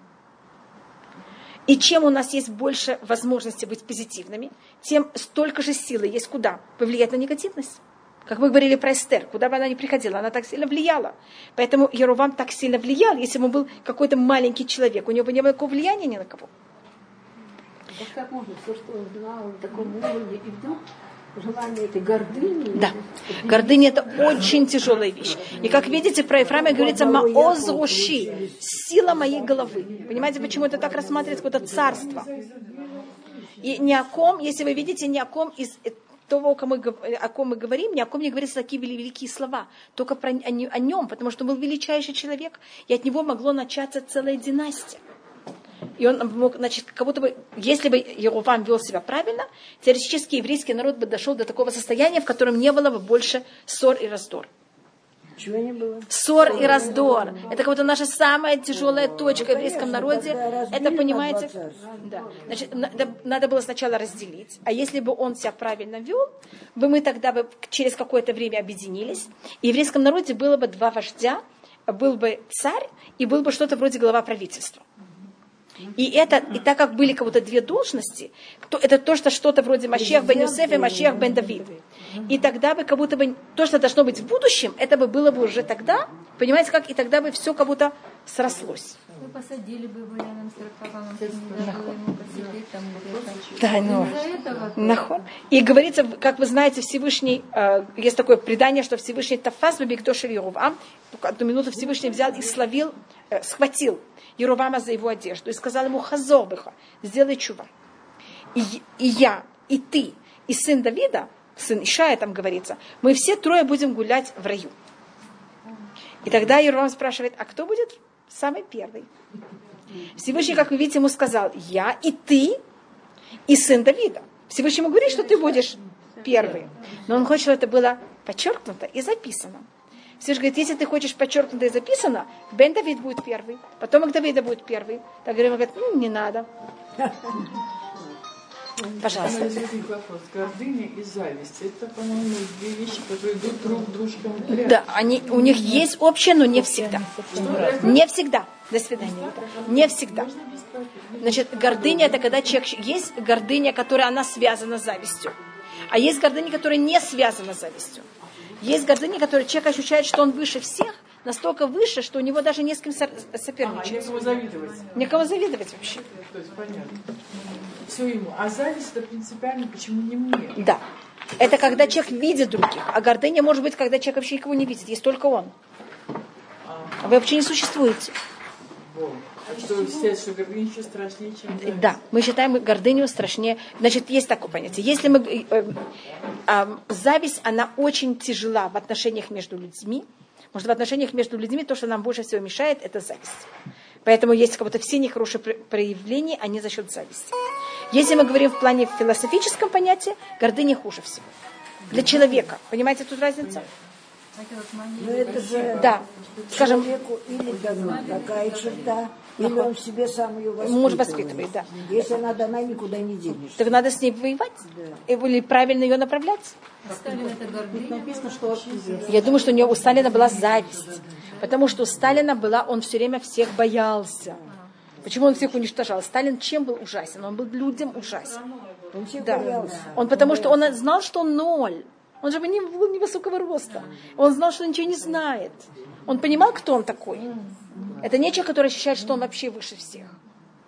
И чем у нас есть больше возможности быть позитивными, тем столько же силы есть куда? Повлиять на негативность. Как мы говорили про Эстер, куда бы она ни приходила, она так сильно влияла. Поэтому Иеровам так сильно влиял, если бы он был какой-то маленький человек, у него бы не было никакого влияния ни на кого. Как можно все, что он знал на таком уровне, и вдруг желание этой гордыни? Да, гордыня это очень тяжелая вещь. И как видите, про Ефраима говорится «маоз руши», сила моей головы. Понимаете, почему это так рассматривается, какое-то царство? И ни о ком, если вы видите, ни о ком из того, о ком мы говорим, ни о ком не говорится такие великие слова, только о нем, потому что он был величайший человек, и от него могло начаться целая династия. И он мог, значит, как будто бы, если бы Иеровам вел себя правильно, теоретически еврейский народ бы дошел до такого состояния, в котором не было бы больше ссор и раздор. Чего не было? Ссор и раздор. Это как будто наша самая тяжелая точка в еврейском народе. Это, понимаете, да. Значит, надо было сначала разделить. А если бы он себя правильно вел, мы тогда бы через какое-то время объединились. И в еврейском народе было бы два вождя, был бы царь и был бы что-то вроде глава правительства. И так как были кого-то две должности, то это то, что-то вроде Машиах бен Йосеф и Машиах бен Давид. И тогда бы как будто бы то, что должно быть в будущем, это бы было бы уже тогда, понимаете как, и тогда бы все как будто срослось. Вы посадили бы его рядом с Рахаваном, не дали ему посидеть там где-то. Да, и говорится, как вы знаете, Всевышний, есть такое предание, что Всевышний Тафас бебикдош Иеровам, одну минуту Всевышний взял и схватил Иеровама за его одежду и сказал ему: «Хазор беха, сделай чува. И я, и ты, и сын Давида, сын Ишая, там говорится, мы все трое будем гулять в раю». И тогда Иеровам спрашивает: а кто будет самый первый? Всевышний, как вы видите, ему сказал: я, и ты, и сын Давида. Всевышний ему говорит, что ты будешь первый. Но он хочет, чтобы это было подчеркнуто и записано. Всевышний говорит: если ты хочешь подчеркнуто и записано, Бен Давид будет первый, потомок Давида будет первый. Так говорит: не надо. Пожалуйста. Вопрос. Гордыня и зависть. Это, по-моему, две вещи, которые идут друг дружком рядом. Да, у них есть общее, но не всегда. Не всегда. До свидания. Не всегда. Значит, гордыня это когда человек... Есть гордыня, которая она связана с завистью. А есть гордыня, которая не связана с завистью. Есть гордыня, которая человек ощущает, что он выше всех, настолько выше, что у него даже не с кем соперничать. Некому завидовать. Некому завидовать вообще. То есть понятно. Все ему. А зависть это принципиально, почему не мне? Да. Это когда человек видит других. А гордыня может быть, когда человек вообще никого не видит. Есть только он. А вы вообще не существуете. А что вы считаете, что гордыня еще страшнее, чем зависть? Да, мы считаем гордыню страшнее. Значит, есть такое понятие. Если мы... зависть, она очень тяжела в отношениях между людьми. Может, в отношениях между людьми то, что нам больше всего мешает, это зависть. Поэтому есть как будто все нехорошие проявления, они за счет зависти. Если мы говорим в плане философическом понятии, гордыня хуже всего. Для человека. Понимаете тут разницу? Но это же да. Скажем, человеку или дана такая черта, или он в себе сам ее воспитывает. Муж воспитывает, да. Если она дана, никуда не денешься. Так надо с ней воевать? Да. Или правильно ее направлять? Написано, что я думаю, что у Сталина была зависть. Потому что у Сталина он все время всех боялся. Почему он всех уничтожал? Сталин чем был ужасен? Он был людям ужасен. Он всех да. боялся. Потому что он знал, что он ноль. Он же был невысокого роста. Он знал, что он ничего не знает. Он понимал, кто он такой. Это не человек, который ощущает, что он вообще выше всех.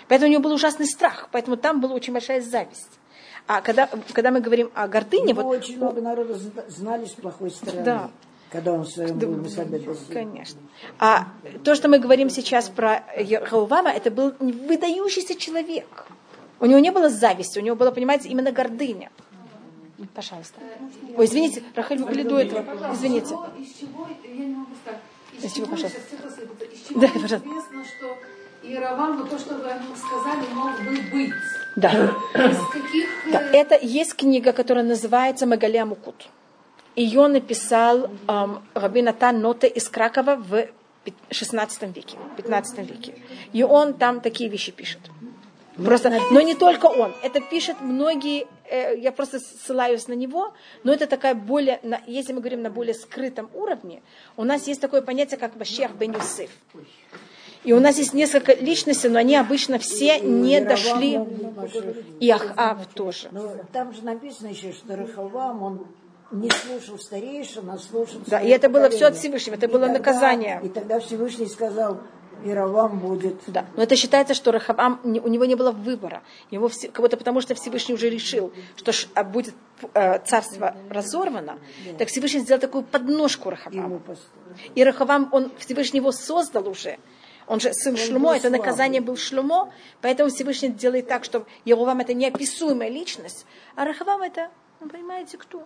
Поэтому у него был ужасный страх. Поэтому там была очень большая зависть. А когда мы говорим о гордыне... Вот, очень много народа знали с плохой стороны. Да. Когда он в своем был Мусабе. Конечно. А то, что мы говорим сейчас про Рехавама, это был выдающийся человек. У него не было зависти, у него было, понимаете, именно гордыня. Пожалуйста. Ой, извините, Рахель, вы до этого. Извините. Из чего, я не могу сказать, из чего, пожалуйста. Из чего Да, пожалуйста. известно, что Иеравам, вот то, что вы о нем сказали, мог бы быть. Да. Из каких... Да. Это есть книга, которая называется «Магалия Мукут». Ее написал Раби Натан Ноте из Кракова в 16 веке, 15 веке. И он там такие вещи пишет. Просто, но не только он. Это пишут многие, я просто ссылаюсь на него, но это такая более, если мы говорим на более скрытом уровне, у нас есть такое понятие, как Машиах бен Йосеф. И у нас есть несколько личностей, но они обычно все не дошли. И Ахав тоже. Но там же написано еще, что Рехавам, он не слушал старейшин, а слушал... Да, и это было все от Всевышнего, это было наказание. И тогда Всевышний сказал... Иеравам будет. Да, но это считается, что Рехавам, у него не было выбора. Его как будто потому, что Всевышний уже решил, что будет царство разорвано, так Всевышний сделал такую подножку Рехаваму. И Рехавам, Всевышний его создал уже. Он же сын Шломо, это наказание был Шломо, поэтому Всевышний делает так, что Иеровам это неописуемая личность, а Рехавам это, понимаете, кто?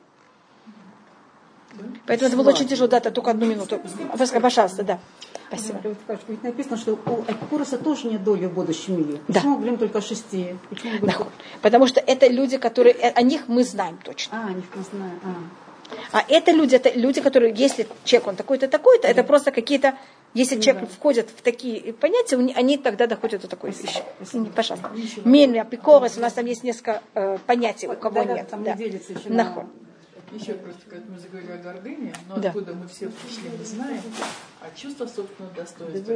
Поэтому это было очень тяжело. Да, только одну минуту. Пожалуйста, да. Спасибо. Ведь написано, что у Эпикуроса тоже нет доли в будущем мире. Да. Почему мы говорим только о 6? Да. Потому что это люди, которые... О них мы знаем точно. О них мы знаем. А это люди, которые, если человек он такой-то, такой-то, это просто какие-то... Если человек входит в такие понятия, они тогда доходят до такой вещи. Пожалуйста. Мин, Эпикурос, у нас там есть несколько понятий, у кого нет. Там да. не делится еще на... Еще просто, когда мы заговорили о гордыне, но да. откуда мы все пришли, мы знаем, а чувство собственного достоинства.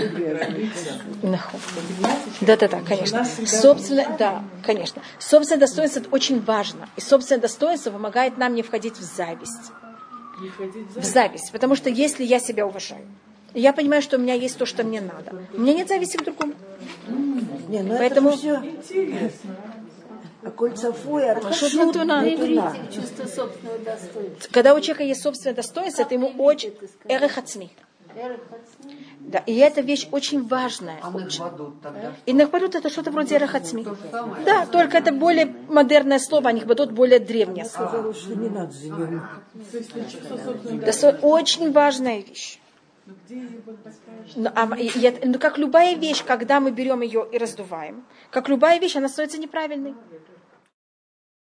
Да, конечно. Собственно, да, конечно. Собственное достоинство это очень важно. И собственное достоинство помогает нам не входить в зависть. В зависть. Потому что если я себя уважаю, я понимаю, что у меня есть то, что мне надо. У меня нет зависти к другому. Не, ну поэтому... это все интересно. А кольцофой, чувство собственного достоинства. Когда у человека есть собственное достоинство, это ему очень эрехацми. Да, и эта вещь очень важная. А нахбадут тогда? И нахбадут это что-то вроде эрехацми. Да, только это более модерное слово, а нахбадут более древнее слово. Не надо за него. Это очень важная вещь. Как любая вещь, когда мы берем ее и раздуваем, как любая вещь, она становится неправильной.